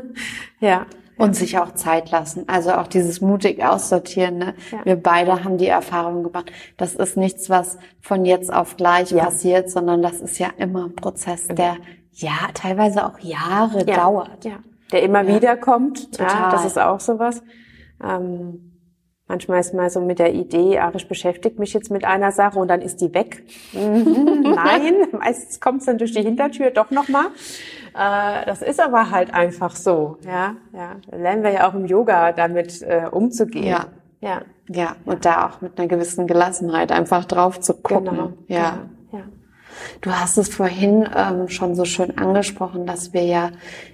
Ja. Und sich auch Zeit lassen. Also auch dieses mutig aussortieren. Ne? Ja. Wir beide haben die Erfahrung gemacht. Das ist nichts, was von jetzt auf gleich Ja. passiert, sondern das ist ja immer ein Prozess, der ja teilweise auch Jahre Ja. dauert. Ja. Der immer Ja. wieder kommt. Ja, Total. das ist auch sowas. Ähm, manchmal ist mal so mit der Idee, ach, ich beschäftige mich jetzt mit einer Sache und dann ist die weg. Mhm, nein, meistens kommt es dann durch die Hintertür doch nochmal. Äh, das ist aber halt einfach so. Ja, ja. Da lernen wir ja auch im Yoga damit äh, umzugehen. Ja. Ja, Ja, und da auch mit einer gewissen Gelassenheit einfach drauf zu gucken. genau. Ja. Ja. Du hast es vorhin ähm, schon so schön angesprochen, dass wir ja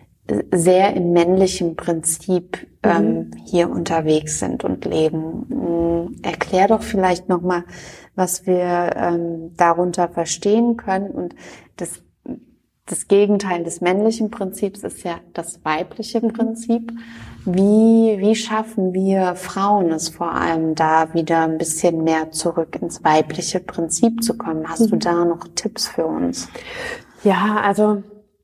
sehr im männlichen Prinzip ähm, hier unterwegs sind und leben. Ähm, erklär doch vielleicht nochmal, was wir ähm, darunter verstehen können. Und das, das Gegenteil des männlichen Prinzips ist ja das weibliche Prinzip. Wie, wie schaffen wir Frauen es vor allem, da wieder ein bisschen mehr zurück ins weibliche Prinzip zu kommen? Hast du da noch Tipps für uns? Ja, also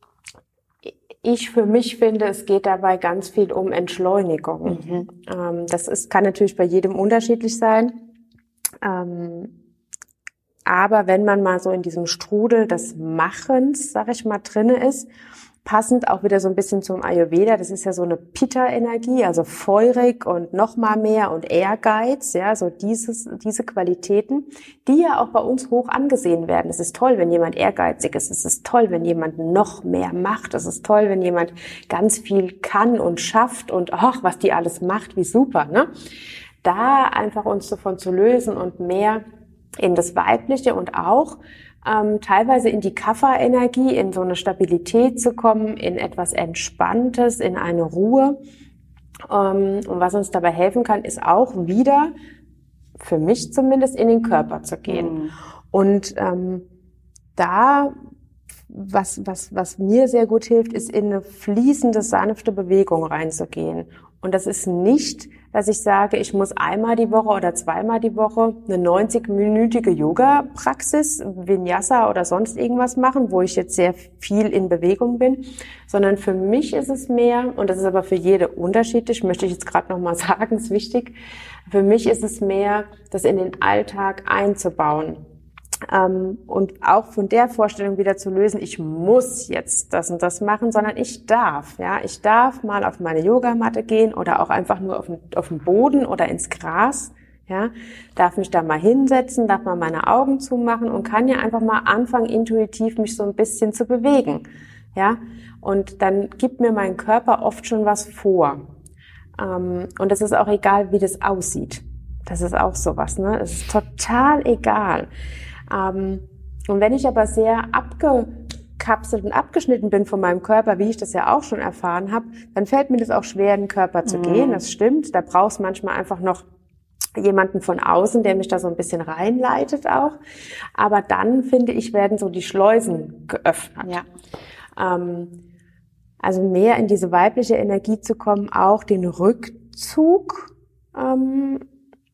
ich für mich finde, es geht dabei ganz viel um Entschleunigung. Mhm. Ähm, das ist, kann natürlich bei jedem unterschiedlich sein. Ähm, aber wenn man mal so in diesem Strudel des Machens, sag ich mal, drinne ist, passend auch wieder so ein bisschen zum Ayurveda, das ist ja so eine Pitta-Energie, also feurig und noch mal mehr und Ehrgeiz, ja, so dieses, diese Qualitäten, die ja auch bei uns hoch angesehen werden. Es ist toll, wenn jemand ehrgeizig ist. Es ist toll, wenn jemand noch mehr macht. Es ist toll, wenn jemand ganz viel kann und schafft und ach, was die alles macht, wie super, ne? Da einfach uns davon zu lösen und mehr in das Weibliche und auch Ähm, teilweise in die Kapha-Energie, in so eine Stabilität zu kommen, in etwas Entspanntes, in eine Ruhe. Ähm, und was uns dabei helfen kann, ist auch wieder für mich zumindest, in den Körper zu gehen. Mhm. Und ähm, da, was, was, was mir sehr gut hilft, ist in eine fließende, sanfte Bewegung reinzugehen. Und das ist nicht, dass ich sage, ich muss einmal die Woche oder zweimal die Woche eine neunzig-minütige Yoga-Praxis, Vinyasa oder sonst irgendwas machen, wo ich jetzt sehr viel in Bewegung bin, sondern für mich ist es mehr, und das ist aber für jede unterschiedlich, möchte ich jetzt gerade nochmal sagen, ist wichtig, für mich ist es mehr, das in den Alltag einzubauen. Ähm, und auch von der Vorstellung wieder zu lösen, ich muss jetzt das und das machen, sondern ich darf, ja, ich darf mal auf meine Yogamatte gehen oder auch einfach nur auf den, auf den Boden oder ins Gras, ja, darf mich da mal hinsetzen, darf mal meine Augen zumachen und kann ja einfach mal anfangen, intuitiv mich so ein bisschen zu bewegen, ja, und dann gibt mir mein Körper oft schon was vor, ähm, und es ist auch egal, wie das aussieht, das ist auch sowas, ne, es ist total egal. Und wenn ich aber sehr abgekapselt und abgeschnitten bin von meinem Körper, wie ich das ja auch schon erfahren habe, dann fällt mir das auch schwer, in den Körper zu mhm. gehen. Das stimmt. Da brauchst du manchmal einfach noch jemanden von außen, der mich da so ein bisschen reinleitet auch. Aber dann, finde ich, werden so die Schleusen geöffnet. Ja. Also mehr in diese weibliche Energie zu kommen, auch den Rückzug ähm,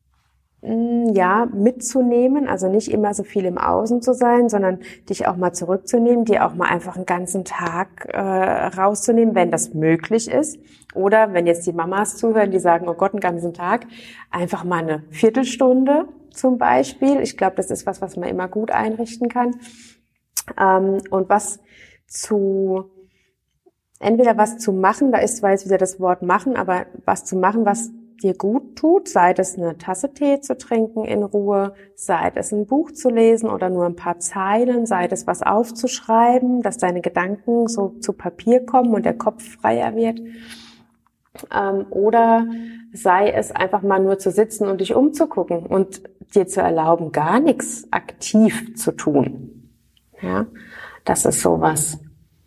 ja, mitzunehmen, also nicht immer so viel im Außen zu sein, sondern dich auch mal zurückzunehmen, dir auch mal einfach einen ganzen Tag äh, rauszunehmen, wenn das möglich ist. Oder wenn jetzt die Mamas zuhören, die sagen, oh Gott, einen ganzen Tag, einfach mal eine Viertelstunde zum Beispiel. Ich glaube, das ist was, was man immer gut einrichten kann. Ähm, und was zu, entweder was zu machen, da ist zwar jetzt wieder das Wort machen, aber was zu machen, was dir gut tut, sei es eine Tasse Tee zu trinken in Ruhe, sei es ein Buch zu lesen oder nur ein paar Zeilen, sei es was aufzuschreiben, dass deine Gedanken so zu Papier kommen und der Kopf freier wird. Ähm, oder sei es einfach mal nur zu sitzen und dich umzugucken und dir zu erlauben, gar nichts aktiv zu tun. Ja, das ist sowas.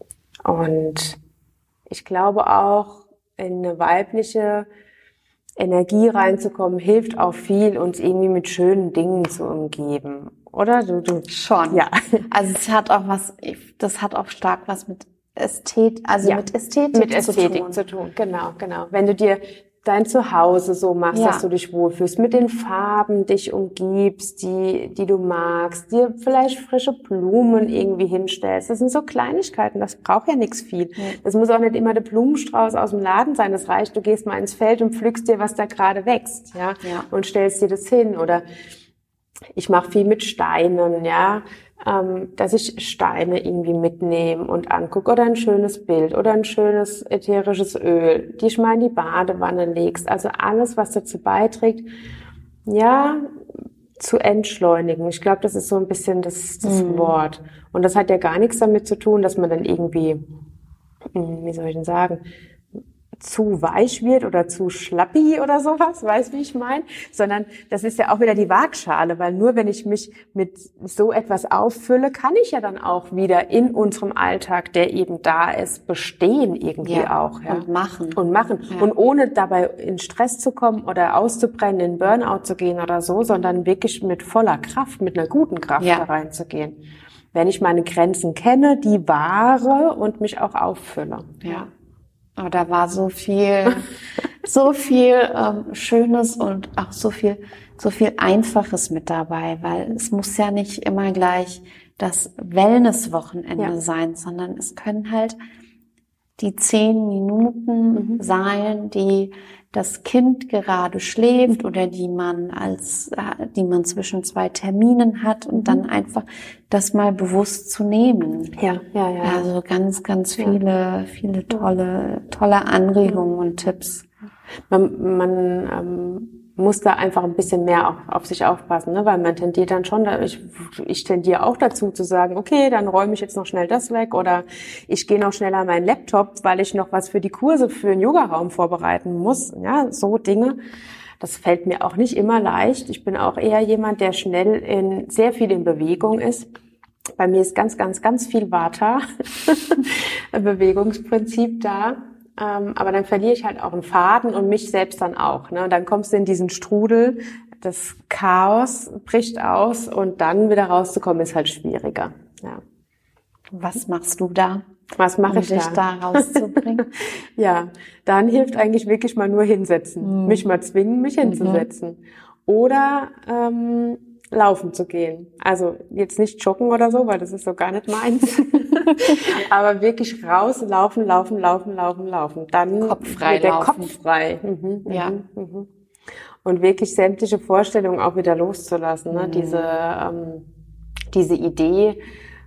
Und ich glaube auch, in eine weibliche Energie reinzukommen, hilft auch viel, uns irgendwie mit schönen Dingen zu umgeben. Oder? Du, du schon. Ja. Also es hat auch was, das hat auch stark was mit Ästhet, also ja. mit Ästhetik, mit Ästhetik zu tun. zu tun. Genau, genau. Wenn du dir dein Zuhause so machst, ja. dass du dich wohlfühlst, mit den Farben dich umgibst, die, die du magst, dir vielleicht frische Blumen irgendwie hinstellst. Das sind so Kleinigkeiten, das braucht ja nichts viel. Ja. Das muss auch nicht immer der Blumenstrauß aus dem Laden sein. Das reicht, du gehst mal ins Feld und pflückst dir, was da gerade wächst, ja, ja. und stellst dir das hin. Oder ich mache viel mit Steinen, ja, ähm, dass ich Steine irgendwie mitnehme und angucke oder ein schönes Bild oder ein schönes ätherisches Öl, die ich mal in die Badewanne legst. Also alles, was dazu beiträgt, ja, zu entschleunigen. Ich glaube, das ist so ein bisschen das, das mhm. Wort. Und das hat ja gar nichts damit zu tun, dass man dann irgendwie, wie soll ich denn sagen, zu weich wird oder zu schlappi oder sowas, weißt wie ich meine? Sondern das ist ja auch wieder die Waagschale, weil nur wenn ich mich mit so etwas auffülle, kann ich ja dann auch wieder in unserem Alltag, der eben da ist, bestehen irgendwie ja, auch. Ja. Und machen. Und machen. Ja. Und ohne dabei in Stress zu kommen oder auszubrennen, in Burnout zu gehen oder so, sondern wirklich mit voller Kraft, mit einer guten Kraft ja. da reinzugehen. Wenn ich meine Grenzen kenne, die wahre und mich auch auffülle. Ja. Oh, da war so viel, so viel ähm, Schönes und auch so viel, so viel Einfaches mit dabei, weil es muss ja nicht immer gleich das Wellness-Wochenende ja. sein, sondern es können halt die zehn Minuten mhm. sein, die das Kind gerade schläft oder die man als, die man zwischen zwei Terminen hat und mhm. dann einfach das mal bewusst zu nehmen. Ja, ja, ja. Also ganz, ganz viele, ja. viele tolle, tolle Anregungen und Tipps. Man, man ähm, muss da einfach ein bisschen mehr auf, auf sich aufpassen, ne? Weil man tendiert dann schon, ich, ich tendiere auch dazu zu sagen, okay, dann räume ich jetzt noch schnell das weg oder ich gehe noch schneller an meinen Laptop, weil ich noch was für die Kurse für den Yogaraum vorbereiten muss. Ja, so Dinge. Das fällt mir auch nicht immer leicht. Ich bin auch eher jemand, der schnell in sehr viel in Bewegung ist. Bei mir ist ganz, ganz, ganz viel Vata, Bewegungsprinzip da. Ähm, aber dann verliere ich halt auch einen Faden und mich selbst dann auch. Ne? Dann kommst du in diesen Strudel, das Chaos bricht aus und dann wieder rauszukommen ist halt schwieriger. Ja. Was machst du da? Was mache um ich dich da? da rauszubringen? Ja, dann hilft eigentlich wirklich mal nur hinsetzen. Mhm. Mich mal zwingen, mich hinzusetzen. Mhm. Oder ähm, laufen zu gehen. Also jetzt nicht joggen oder so, weil das ist so gar nicht meins. Aber wirklich raus, laufen, laufen, laufen, laufen, laufen. Dann Kopf frei wird der laufen. Kopf frei. Mhm, Ja. Mhm, mhm. Und wirklich sämtliche Vorstellungen auch wieder loszulassen. Ne? Mhm. Diese, ähm, diese Idee,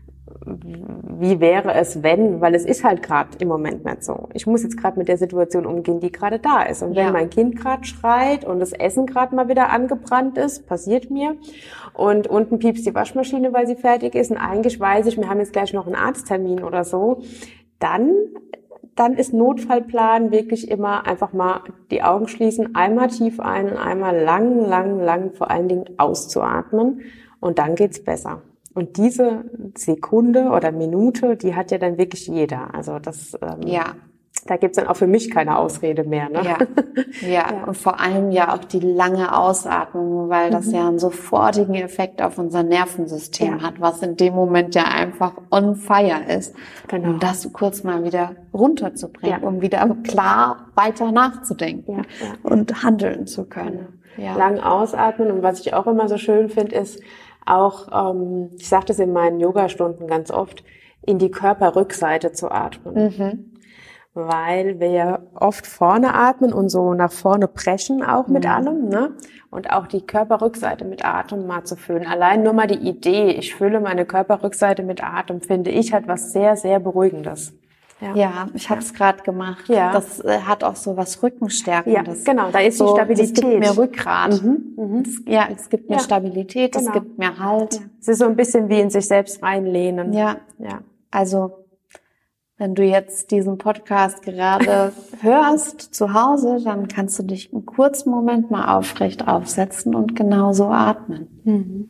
wie wäre es, wenn, weil es ist halt gerade im Moment nicht so. Ich muss jetzt gerade mit der Situation umgehen, die gerade da ist. Und wenn Ja. mein Kind gerade schreit und das Essen gerade mal wieder angebrannt ist, passiert mir, und unten piepst die Waschmaschine, weil sie fertig ist, und eigentlich weiß ich, wir haben jetzt gleich noch einen Arzttermin oder so, dann, dann ist Notfallplan wirklich immer einfach mal die Augen schließen, einmal tief ein und einmal lang, lang, lang vor allen Dingen auszuatmen, und dann geht's besser. Und diese Sekunde oder Minute, die hat ja dann wirklich jeder. Also das, ähm, Ja. da gibt's dann auch für mich keine Ausrede mehr. Ne? Ja. Ja. ja, und vor allem ja auch die lange Ausatmung, weil das Mhm. ja einen sofortigen Effekt auf unser Nervensystem Ja. hat, was in dem Moment ja einfach on fire ist. Genau. Um das kurz mal wieder runterzubringen, Ja. um wieder klar weiter nachzudenken Ja, ja. und handeln zu können. Ja. Lang ausatmen. Und was ich auch immer so schön finde, ist auch, ähm, ich sage das in meinen Yogastunden ganz oft, in die Körperrückseite zu atmen. Mhm. Weil wir ja oft vorne atmen und so nach vorne preschen auch mit Mhm. allem, ne? Und auch die Körperrückseite mit Atem mal zu füllen. Allein nur mal die Idee, ich fülle meine Körperrückseite mit Atem, finde ich, hat was sehr, sehr Beruhigendes. Ja, ja, ich habe es gerade gemacht. Ja. Das äh, hat auch so was Rückenstärkendes. Ja, genau, da ist so, die Stabilität. Es gibt mir Rückgrat. Mhm, mhm. Es, ja, es gibt mir Ja. Stabilität, Genau. es gibt mir Halt. Ja. Es ist so ein bisschen wie in sich selbst reinlehnen. Ja, Ja. also wenn du jetzt diesen Podcast gerade hörst zu Hause, dann kannst du dich einen kurzen Moment mal aufrecht aufsetzen und genauso atmen. Mhm.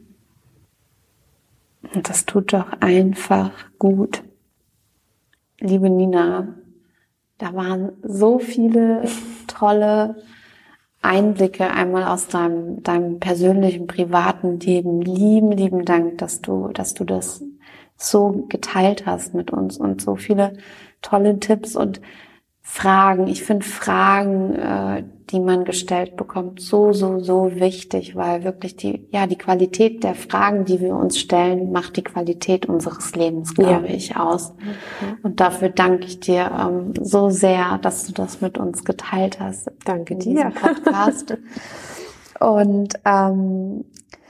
Und das tut doch einfach gut. Liebe Nina, da waren so viele tolle Einblicke einmal aus deinem, deinem persönlichen, privaten Leben. Lieben, lieben Dank, dass du, dass du das so geteilt hast mit uns und so viele tolle Tipps und Fragen. Ich finde Fragen, äh, die man gestellt bekommt, so, so, so wichtig, weil wirklich die, ja, die Qualität der Fragen, die wir uns stellen, macht die Qualität unseres Lebens, glaube Ja. ich, aus. Mhm. Und dafür danke ich dir ähm, so sehr, dass du das mit uns geteilt hast. Danke in dir. diesem Podcast. Und ähm,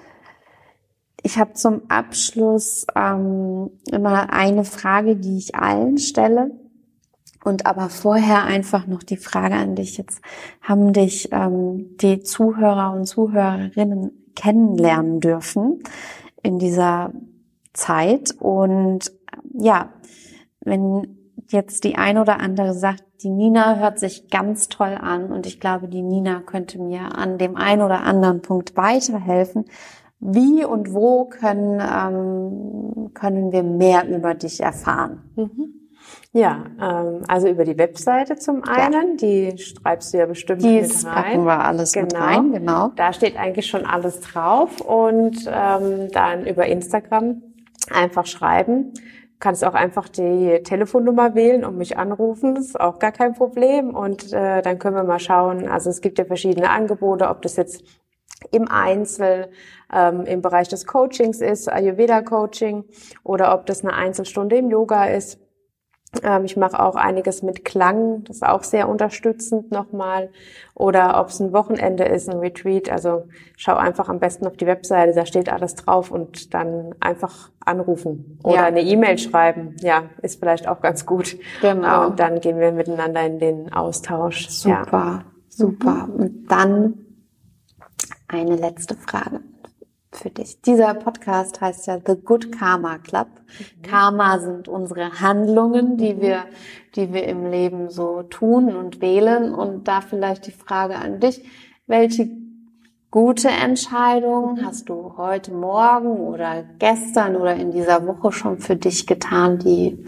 ich habe zum Abschluss ähm, immer eine Frage, die ich allen stelle. Und aber vorher einfach noch die Frage an dich. Jetzt haben dich ähm, die Zuhörer und Zuhörerinnen kennenlernen dürfen in dieser Zeit. Und ja, wenn jetzt die eine oder andere sagt, die Nina hört sich ganz toll an und ich glaube, die Nina könnte mir an dem einen oder anderen Punkt weiterhelfen. Wie und wo können, ähm, können wir mehr über dich erfahren? Mhm. Ja, ähm, also über die Webseite zum einen, Ja. die schreibst du ja bestimmt Die mit rein. packen wir alles genau. mit rein, genau. Da steht eigentlich schon alles drauf und ähm, dann über Instagram einfach schreiben. Du kannst auch einfach die Telefonnummer wählen und mich anrufen, das ist auch gar kein Problem und äh, dann können wir mal schauen, also es gibt ja verschiedene Angebote, ob das jetzt im Einzel, ähm, im Bereich des Coachings ist, Ayurveda-Coaching, oder ob das eine Einzelstunde im Yoga ist. Ähm, ich mache auch einiges mit Klang, das ist auch sehr unterstützend nochmal. Oder ob es ein Wochenende ist, ein Retreat. Also schau einfach am besten auf die Webseite, da steht alles drauf und dann einfach anrufen oder Ja. eine E-Mail schreiben. Ja, ist vielleicht auch ganz gut. Genau. Und dann gehen wir miteinander in den Austausch. Super, Ja. super. Und dann eine letzte Frage für dich. Dieser Podcast heißt ja The Good Karma Club. Mhm. Karma sind unsere Handlungen, die mhm. wir, die wir im Leben so tun und wählen. Und da vielleicht die Frage an dich: Welche gute Entscheidung mhm. hast du heute Morgen oder gestern oder in dieser Woche schon für dich getan, die,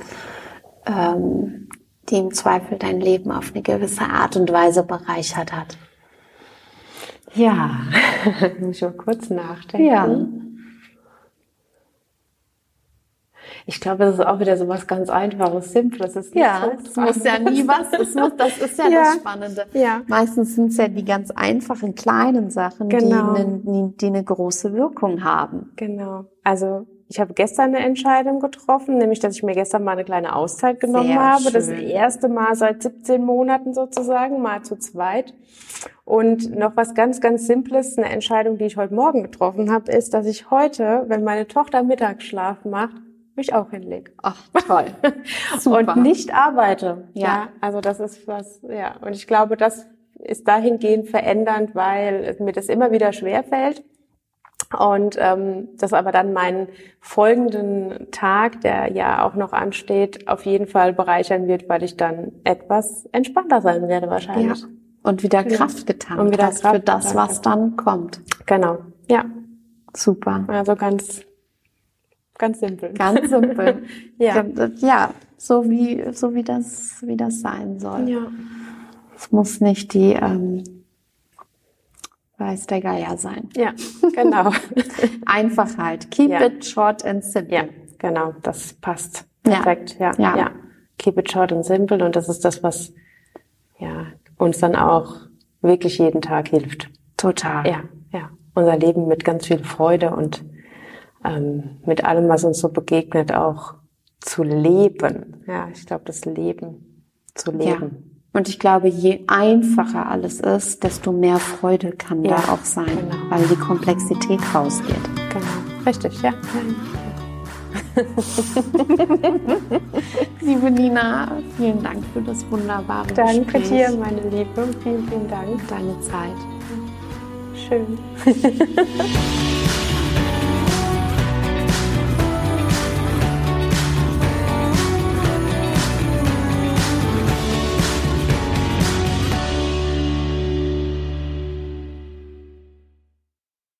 ähm, die im Zweifel dein Leben auf eine gewisse Art und Weise bereichert hat? Ja, muss ich mal kurz nachdenken. Ja. Ich glaube, das ist auch wieder so was ganz Einfaches, Simples. Es ist Ja, so es muss ja nie was, es muss, das ist ja, ja das Spannende. Ja. Meistens sind es ja die ganz einfachen, kleinen Sachen, genau. die, eine, die eine große Wirkung haben. Genau. Also ich habe gestern eine Entscheidung getroffen, nämlich, dass ich mir gestern mal eine kleine Auszeit genommen Sehr habe. schön. Das erste Mal seit siebzehn Monaten sozusagen, mal zu zweit. Und noch was ganz, ganz Simples, eine Entscheidung, die ich heute Morgen getroffen habe, ist, dass ich heute, wenn meine Tochter Mittagsschlaf macht, mich auch hinlege. Ach, toll. Super. Und nicht arbeite. Ja. ja. Also das ist was, ja. Und ich glaube, das ist dahingehend verändernd, weil mir das immer wieder schwerfällt. Und ähm, das aber dann meinen folgenden Tag, der ja auch noch ansteht, auf jeden Fall bereichern wird, weil ich dann etwas entspannter sein werde wahrscheinlich. Ja. Und wieder Kraft getankt Und wieder hast Kraft für das, getankt. was dann kommt. Genau, ja. Super. Also ganz, ganz simpel. Ganz simpel. ja. Ja, so wie, so wie das, wie das sein soll. Ja. Es muss nicht die, ähm, weiß der Geier sein. Ja, genau. Einfachheit. Keep Ja. it short and simple. Ja, genau. Das passt Ja. perfekt. Ja. Ja. ja. Keep it short and simple. Und das ist das, was, ja, uns dann auch wirklich jeden Tag hilft. Total. Ja, ja. Unser Leben mit ganz viel Freude und ähm, mit allem, was uns so begegnet, auch zu leben. Ja, ich glaube, das Leben zu leben. Ja. Und ich glaube, je einfacher alles ist, desto mehr Freude kann Ja, da auch sein, genau. weil die Komplexität rausgeht. Genau. Richtig, ja. Liebe Nina, vielen Dank für das wunderbare Danke Gespräch. dir, meine Liebe. Vielen, vielen Dank. Deine Zeit. Schön.